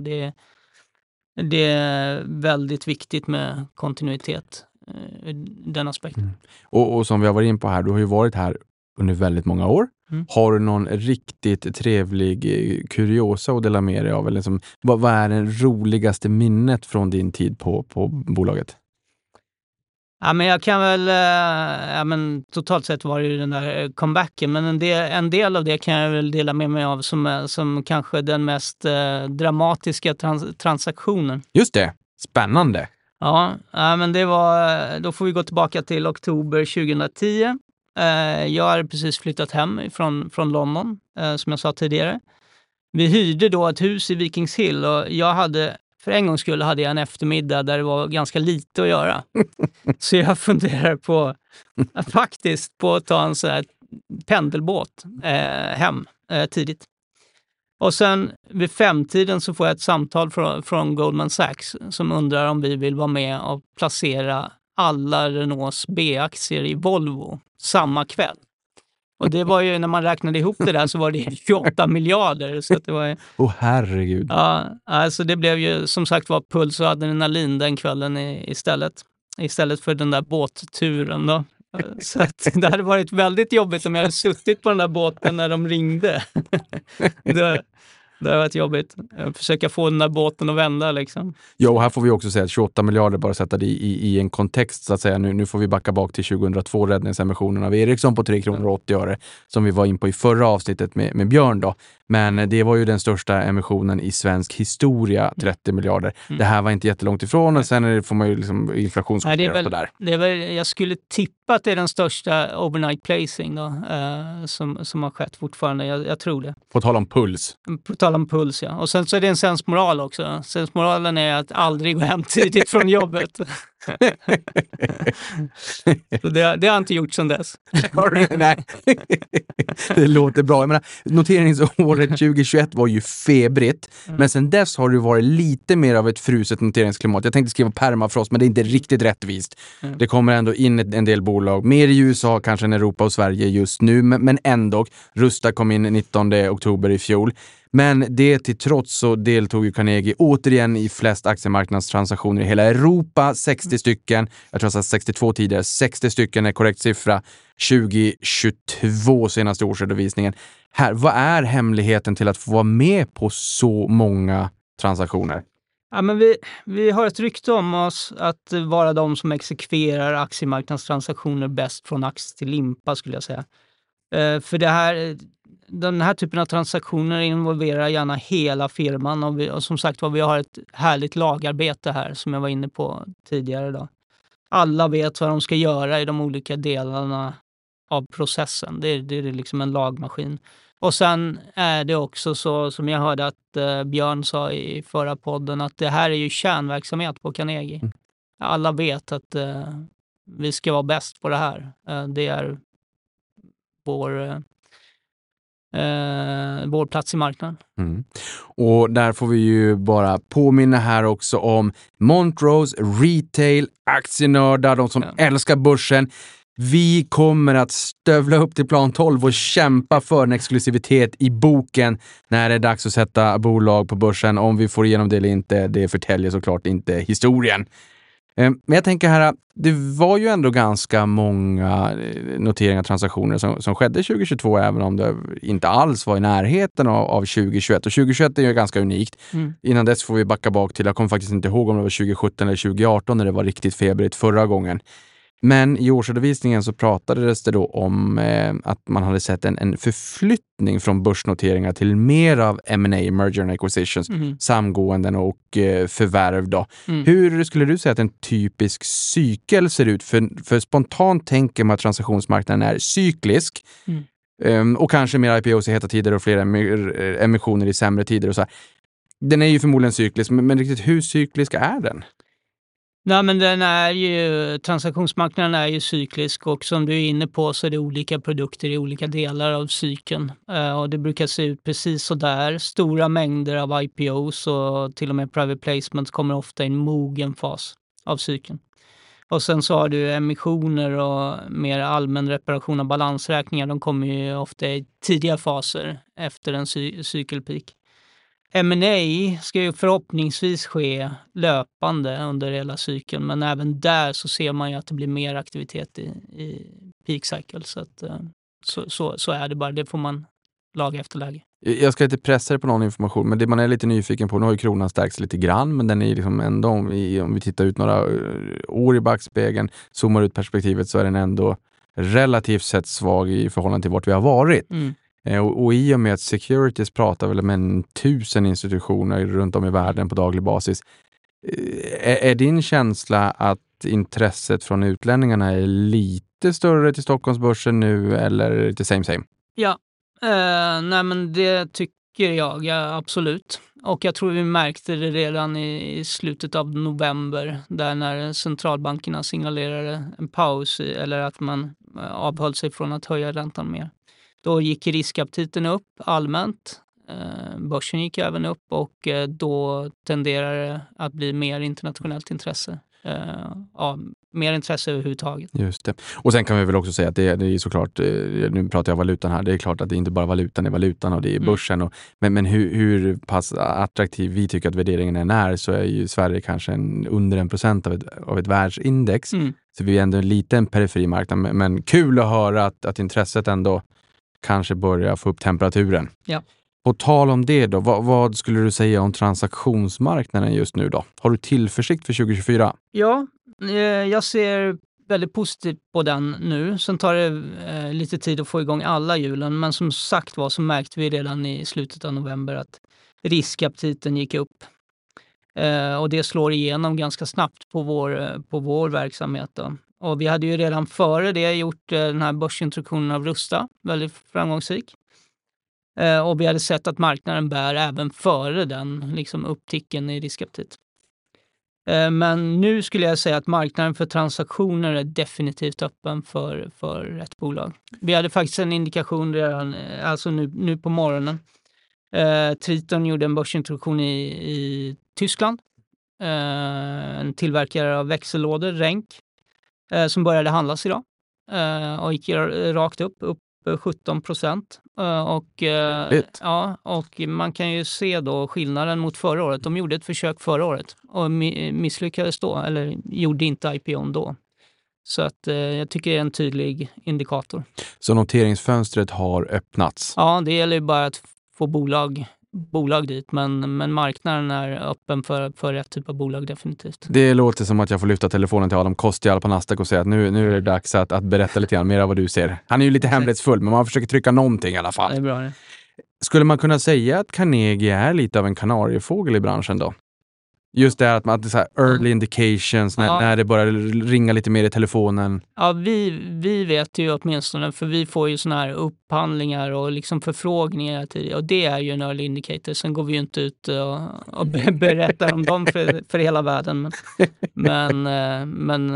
Det är väldigt viktigt med kontinuitet i den aspekten. Och som vi har varit in på här, du har ju varit här under väldigt många år. Har du någon riktigt trevlig kuriosa att dela med dig av? Eller liksom, vad är det roligaste minnet från din tid på bolaget? Ja, men jag kan väl, totalt sett var det ju den där comebacken, men en del av det kan jag väl dela med mig av som kanske den mest dramatiska transaktionen. Just det, spännande. Ja, men då får vi gå tillbaka till oktober 2010. Jag har precis flyttat hem från London, som jag sa tidigare. Vi hyrde då ett hus i Vikingshill och för en gångs skull hade jag en eftermiddag där det var ganska lite att göra. Så jag funderar faktiskt på att ta en sån här pendelbåt hem tidigt. Och sen vid 5-tiden så får jag ett samtal från Goldman Sachs som undrar om vi vill vara med och placera alla Renaults B-aktier i Volvo samma kväll. Och det var ju, när man räknade ihop det där så var det 28 miljarder. Så att det var... herregud. Ja, alltså det blev ju som sagt var puls och adrenalin den kvällen istället för den där båtturen då. Så att det hade varit väldigt jobbigt om jag hade suttit på den där båten när de ringde. Det har varit jobbigt. Försöka få den där båten att vända liksom. Ja, och här får vi också säga att 28 miljarder, bara sätta det i en kontext så att säga. Nu får vi backa bak till 2002, räddningsemissionen av Ericsson på 3,80 kronor som vi var in på i förra avsnittet med Björn då. Men det var ju den största emissionen i svensk historia, 30 miljarder. Det här var inte jättelångt ifrån, och sen får man ju liksom inflationskorrigera på där. Jag skulle tippa att det är den största overnight placing då, som har skett fortfarande. Jag tror det. På tal om puls. På tal om puls, ja. Och sen så är det en sensmoral också. Sensmoralen är att aldrig gå hem tidigt från jobbet. Så det har jag inte gjort sedan dess. Nej, det låter bra. Jag menar, noteringsåret 2021 var ju febrigt, men sen dess har det varit lite mer av ett fruset noteringsklimat. Jag tänkte skriva permafrost, men det är inte riktigt rättvist. Det kommer ändå in en del bolag, mer i USA kanske än Europa och Sverige just nu, men ändå. Rusta kom in 19 oktober i fjol. Men det till trots så deltog ju Carnegie återigen i flest aktiemarknadstransaktioner i hela Europa, 60 stycken. Jag tror jag sa 62 tidigare, 60 stycken är korrekt siffra. 2022 senaste årsredovisningen. Här, vad är hemligheten till att få vara med på så många transaktioner? Ja, men vi har ett rykte om oss att vara de som exekverar aktiemarknadstransaktioner bäst från ax till limpa, skulle jag säga. För den här typen av transaktioner involverar gärna hela firman och som sagt vi har ett härligt lagarbete här som jag var inne på tidigare då. Alla vet vad de ska göra i de olika delarna av processen. Det är liksom en lagmaskin. Och sen är det också så som jag hörde att Björn sa i förra podden att det här är ju kärnverksamhet på Carnegie. Alla vet att vi ska vara bäst på det här. Det är vår plats i marknaden. Och där får vi ju bara påminna här också om Montrose Retail, aktienördar, de som älskar börsen. Vi kommer att stövla upp till plan 12 och kämpa för en exklusivitet i boken när det är dags att sätta bolag på börsen. Om vi får igenom det eller inte, det förtäljer såklart inte historien. Men jag tänker här, det var ju ändå ganska många noteringar och transaktioner som skedde 2022, även om det inte alls var i närheten av 2021. Och 2021 är ju ganska unikt. Innan dess får vi backa bak till, jag kommer faktiskt inte ihåg om det var 2017 eller 2018 när det var riktigt febrigt förra gången. Men i årsredovisningen så pratades det då om att man hade sett en förflyttning från börsnoteringar till mer av M&A, merger and acquisitions, samgåenden och förvärv då. Hur skulle du säga att en typisk cykel ser ut? För spontant tänker man att transaktionsmarknaden är cyklisk och kanske mer IPOs i heta tider och fler emissioner i sämre tider och så här. Den är ju förmodligen cyklisk, men riktigt hur cyklisk är den? Nej, men transaktionsmarknaden är ju cyklisk och som du är inne på så är det olika produkter i olika delar av cykeln. Och det brukar se ut precis så där. Stora mängder av IPOs och till och med private placements kommer ofta i en mogen fas av cykeln. Och sen så har du emissioner och mer allmän reparation av balansräkningar. De kommer ju ofta i tidiga faser efter en cykelpeak. M&A ska ju förhoppningsvis ske löpande under hela cykeln, men även där så ser man ju att det blir mer aktivitet i peak cycle. Så är det bara, det får man laga efter läge. Jag ska inte pressa dig på någon information, men det man är lite nyfiken på, nu har ju kronan stärkts lite grann, men den är liksom ändå, om vi tittar ut några år i backspegeln, zoomar ut perspektivet, så är den ändå relativt sett svag i förhållande till vart vi har varit. Och i och med att Securities pratar väl med 1000 institutioner runt om i världen på daglig basis. Är din känsla att intresset från utlänningarna är lite större till Stockholmsbörsen nu eller lite same? Ja, nej men det tycker jag, ja, absolut. Och jag tror vi märkte det redan i slutet av november där när centralbankerna signalerade en paus eller att man avhöll sig från att höja räntan mer. Då gick riskaptiten upp allmänt, börsen gick även upp och då tenderar det att bli mer internationellt intresse. Mer intresse överhuvudtaget. Just det. Och sen kan vi väl också säga att det är såklart, nu pratar jag valutan här, det är klart att det inte bara valutan är valutan och det är börsen. Men hur pass attraktiv vi tycker att värderingen är så är ju Sverige kanske under 1% av ett världsindex. Så vi är ändå en liten periferimarknad, men kul att höra att intresset ändå kanske börjar få upp temperaturen. Ja. På tal om det då, vad skulle du säga om transaktionsmarknaden just nu då? Har du tillförsikt för 2024? Ja, jag ser väldigt positivt på den nu. Sen tar det lite tid att få igång alla hjulen, men som sagt så märkte vi redan i slutet av november att riskaptiten gick upp. Och det slår igenom ganska snabbt på vår verksamhet då. Och vi hade ju redan före det gjort den här börsintroduktionen av Rusta, väldigt framgångsrik. Och vi hade sett att marknaden bär även före den liksom uppticken i riskaptit. Men nu skulle jag säga att marknaden för transaktioner är definitivt öppen för rätt bolag. Vi hade faktiskt en indikation redan, alltså nu på morgonen. Triton gjorde en börsintroduktion i Tyskland. En tillverkare av växellådor, Renk, som började handlas idag. Och gick rakt upp 17%. Och man kan ju se då skillnaden mot förra året. De gjorde ett försök förra året och misslyckades då, eller gjorde inte IPOn då. Så att jag tycker det är en tydlig indikator. Så noteringsfönstret har öppnats? Ja, det gäller ju bara att få bolag dit, men marknaden är öppen för rätt typ av bolag definitivt. Det låter som att jag får lyfta telefonen till Adam Kostial på Nasdaq och säga att nu är det dags att berätta lite grann mer av vad du ser. Han är ju lite hemlighetsfull, men man försöker trycka någonting i alla fall. Det är bra det. Skulle man kunna säga att Carnegie är lite av en kanariefågel i branschen då? Just det att det är så här early indications, när det börjar ringa lite mer i telefonen. Ja, vi vet ju åtminstone, för vi får ju såna här upphandlingar och liksom förfrågningar tidigare, och det är ju en early indicator. Sen går vi ju inte ut och berättar om dem för hela världen. Men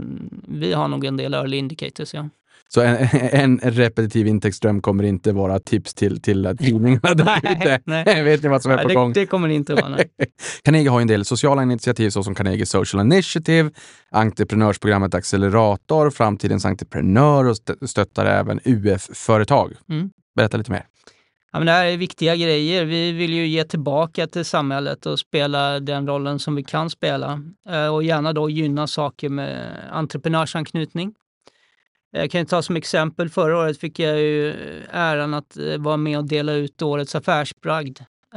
vi har nog en del early indicators, ja. Så en repetitiv intäktsström kommer inte vara tips till tidningarna där ute. Nej. Vet ni vad som är på gång? Det kommer det inte vara. Nej. Carnegie har en del sociala initiativ såsom Carnegie Social Initiative, entreprenörsprogrammet Accelerator, Framtidens entreprenör och stöttar även UF-företag. Berätta lite mer. Ja, men det här är viktiga grejer. Vi vill ju ge tillbaka till samhället och spela den rollen som vi kan spela. Och gärna då gynna saker med entreprenörsanknytning. Jag kan ta som exempel, förra året fick jag ju äran att vara med och dela ut årets affärsbragd.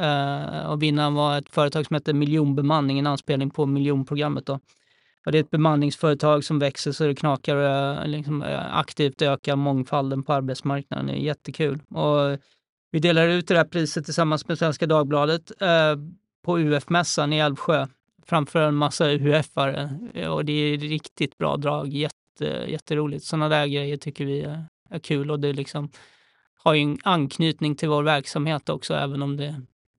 Och vinnaren var ett företag som heter Miljonbemanning, en anspelning på miljonprogrammet då. Och det är ett bemanningsföretag som växer så det knakar och liksom aktivt ökar mångfalden på arbetsmarknaden. Det är jättekul. Och vi delar ut det här priset tillsammans med Svenska Dagbladet på UF-mässan i Älvsjö framför en massa UF-are. Och det är riktigt bra drag, jätteroligt. Sådana där grejer tycker vi är kul, och det liksom har ju en anknytning till vår verksamhet också, även om det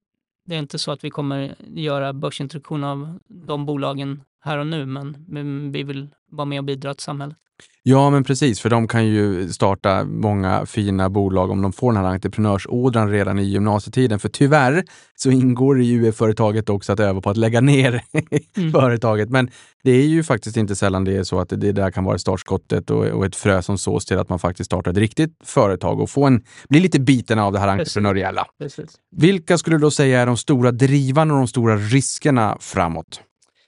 är inte så att vi kommer göra börsintroduktion av de bolagen här och nu, men vi vill vara med och bidra till samhället. Ja, men precis, för de kan ju starta många fina bolag om de får den här entreprenörsådran redan i gymnasietiden. För tyvärr så ingår i UF-företaget också att öva på att lägga ner företaget. Men det är ju faktiskt inte sällan det är så att det där kan vara startskottet och ett frö som sås till att man faktiskt startar ett riktigt företag och bli lite biten av det här entreprenöriella. Precis. Vilka skulle du då säga är de stora drivarna och de stora riskerna framåt?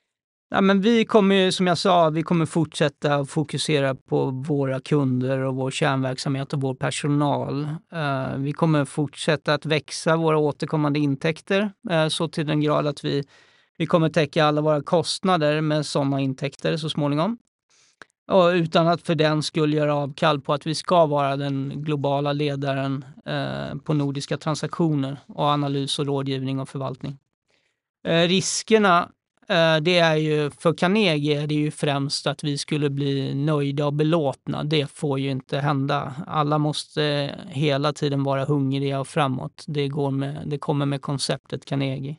Ja, men vi kommer ju, som jag sa, vi kommer fortsätta fokusera på våra kunder och vår kärnverksamhet och vår personal. Vi kommer fortsätta att växa våra återkommande intäkter så till den grad att vi kommer täcka alla våra kostnader med sådana intäkter så småningom. Och utan att för den skulle göra avkall på att vi ska vara den globala ledaren på nordiska transaktioner och analys och rådgivning och förvaltning. Riskerna, det är ju för Carnegie är det ju främst att vi skulle bli nöjda och belåtna. Det får ju inte hända. Alla måste hela tiden vara hungriga och framåt. Det kommer med konceptet Carnegie.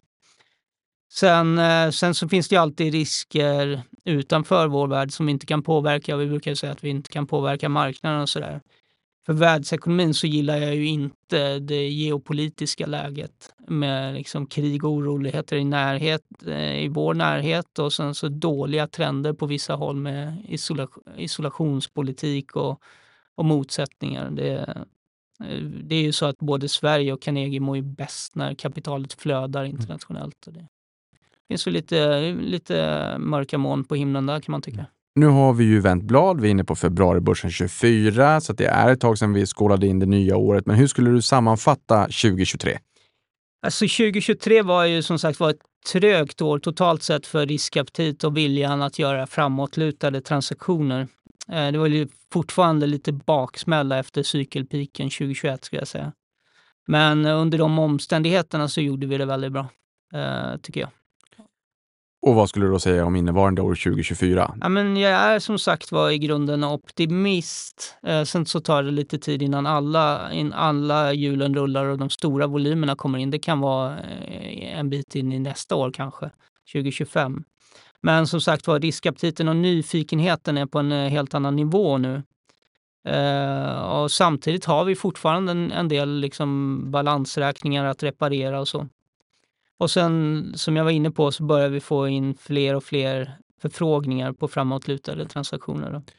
Sen så finns det ju alltid risker utanför vår värld som vi inte kan påverka. Vi brukar säga att vi inte kan påverka marknaden och sådär. För världsekonomin så gillar jag ju inte det geopolitiska läget med liksom krig och oroligheter i vår närhet, och sen så dåliga trender på vissa håll med isolationspolitik och motsättningar. Det är ju så att både Sverige och Carnegie mår ju bäst när kapitalet flödar internationellt. Och det finns ju lite mörka moln på himlen där, kan man tycka. Nu har vi ju vänt blad, vi är inne på februaribörsen 24, så att det är ett tag sedan vi skålade in det nya året. Men hur skulle du sammanfatta 2023? Alltså 2023 var ju som sagt ett trögt år totalt sett för riskaptit och viljan att göra framåtlutade transaktioner. Det var ju fortfarande lite baksmälla efter cykelpiken 2021 skulle jag säga. Men under de omständigheterna så gjorde vi det väldigt bra, tycker jag. Och vad skulle du då säga om innevarande år 2024? Ja, men jag är som sagt i grunden optimist. Sen så tar det lite tid innan alla hjulen rullar och de stora volymerna kommer in. Det kan vara en bit in i nästa år kanske, 2025. Men som sagt riskaptiten och nyfikenheten är på en helt annan nivå nu. Och samtidigt har vi fortfarande en del liksom balansräkningar att reparera och så. Och sen, som jag var inne på, så börjar vi få in fler och fler förfrågningar på framåtlutade transaktioner. Då.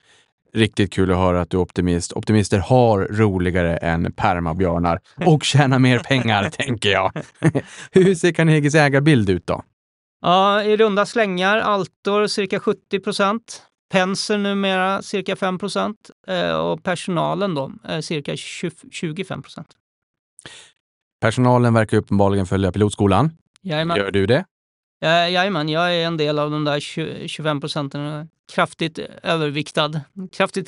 Riktigt kul att höra att du är optimist. Optimister har roligare än permabjörnar och tjänar mer pengar, tänker jag. Hur ser Carnegies ägarbild ut då? Ja, i runda slängar, Altor cirka 70%, Penser numera cirka 5% och personalen då cirka 25%. Personalen verkar uppenbarligen följa pilotskolan. Jajamän. Gör du det? Jajamän, jag är en del av de där 25%. Kraftigt överviktig. Kraftigt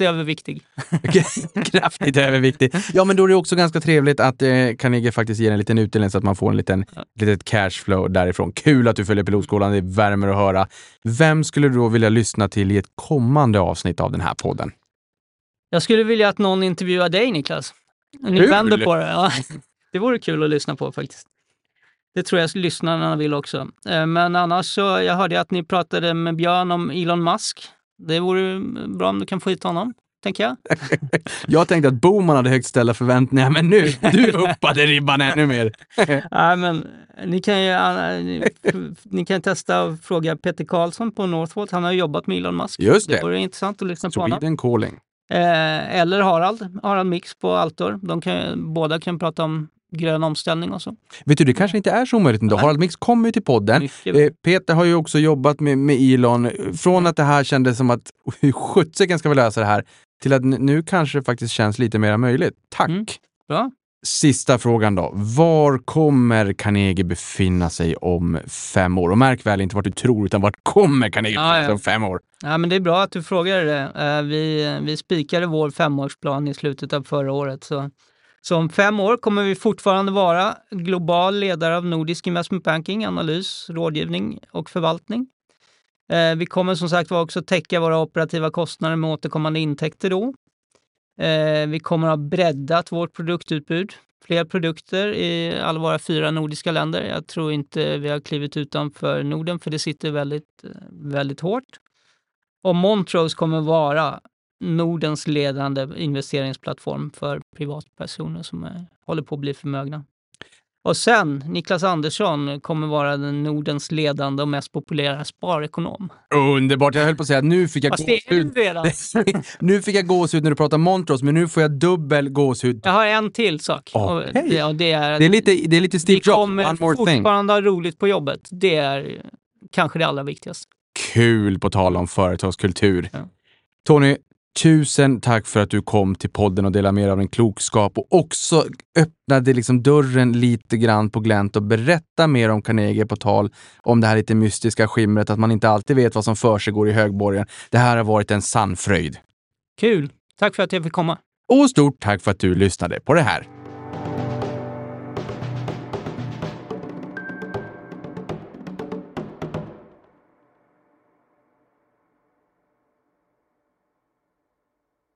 överviktig. Ja, men då är det också ganska trevligt att Carnegie faktiskt ger en liten utdelning så att man får en litet cashflow därifrån. Kul att du följer pilotskolan, det värmer att höra. Vem skulle du då vilja lyssna till i ett kommande avsnitt av den här podden? Jag skulle vilja att någon intervjuar dig, Niklas. Ni vänder på det. Ja. Det vore kul att lyssna på faktiskt. Det tror jag lyssnarna vill också. Men annars så, jag hörde att ni pratade med Björn om Elon Musk. Det vore bra om du kan få hit honom, tänker jag. Jag tänkte att Boman hade högt ställa förväntningar, men nu, du uppade ribban ännu mer. Nej, men ni kan testa och fråga Peter Karlsson på Northvolt. Han har jobbat med Elon Musk. Just det. Det vore intressant att lyssna på honom. Sweden calling. Eller Harald Mix på Altor. Båda kan prata om grön omställning och så. Vet du, det kanske inte är så omöjligt ändå. Harald Mix kommer ju till podden. Peter har ju också jobbat med Elon. Från att det här kändes som att hur sjuttsiken ska vi lösa det här till att nu kanske det faktiskt känns lite mer möjligt. Tack! Bra. Sista frågan då. Var kommer Carnegie befinna sig om 5 år? Och märk väl inte vart du tror, utan vart kommer Carnegie befinna sig om 5 år? Ja, men det är bra att du frågar det. Vi spikade vår 5-årsplan i slutet av förra året. Så om 5 år kommer vi fortfarande vara global ledare av nordisk investment banking, analys, rådgivning och förvaltning. Vi kommer som sagt också täcka våra operativa kostnader med återkommande intäkter då. Vi kommer att ha breddat vårt produktutbud. Fler produkter i alla våra 4 nordiska länder. Jag tror inte vi har klivit utanför Norden för det sitter väldigt, väldigt hårt. Och Montrose kommer vara Nordens ledande investeringsplattform för privatpersoner som håller på att bli förmögna. Och sen, Niklas Andersson kommer vara den Nordens ledande och mest populära sparekonom. Underbart, jag höll på att säga att nu fick jag gåshud. Nu fick jag gåshud när du pratar Montrose, men nu får jag dubbel gåshud. Jag har en till sak. Okay. Och det är lite Steve Jobs, one more thing. Vi kommer fortfarande ha roligt på jobbet. Det är kanske det allra viktigaste. Kul på tal om företagskultur. Ja. Tony, tusen tack för att du kom till podden och delade med dig av din klokskap och också öppnade dörren lite grann på glänt och berätta mer om Carnegie på tal om det här lite mystiska skimret att man inte alltid vet vad som försiggår i högborgen. Det här har varit en sann fröjd. Kul. Tack för att jag fick komma. Och stort tack för att du lyssnade på det här.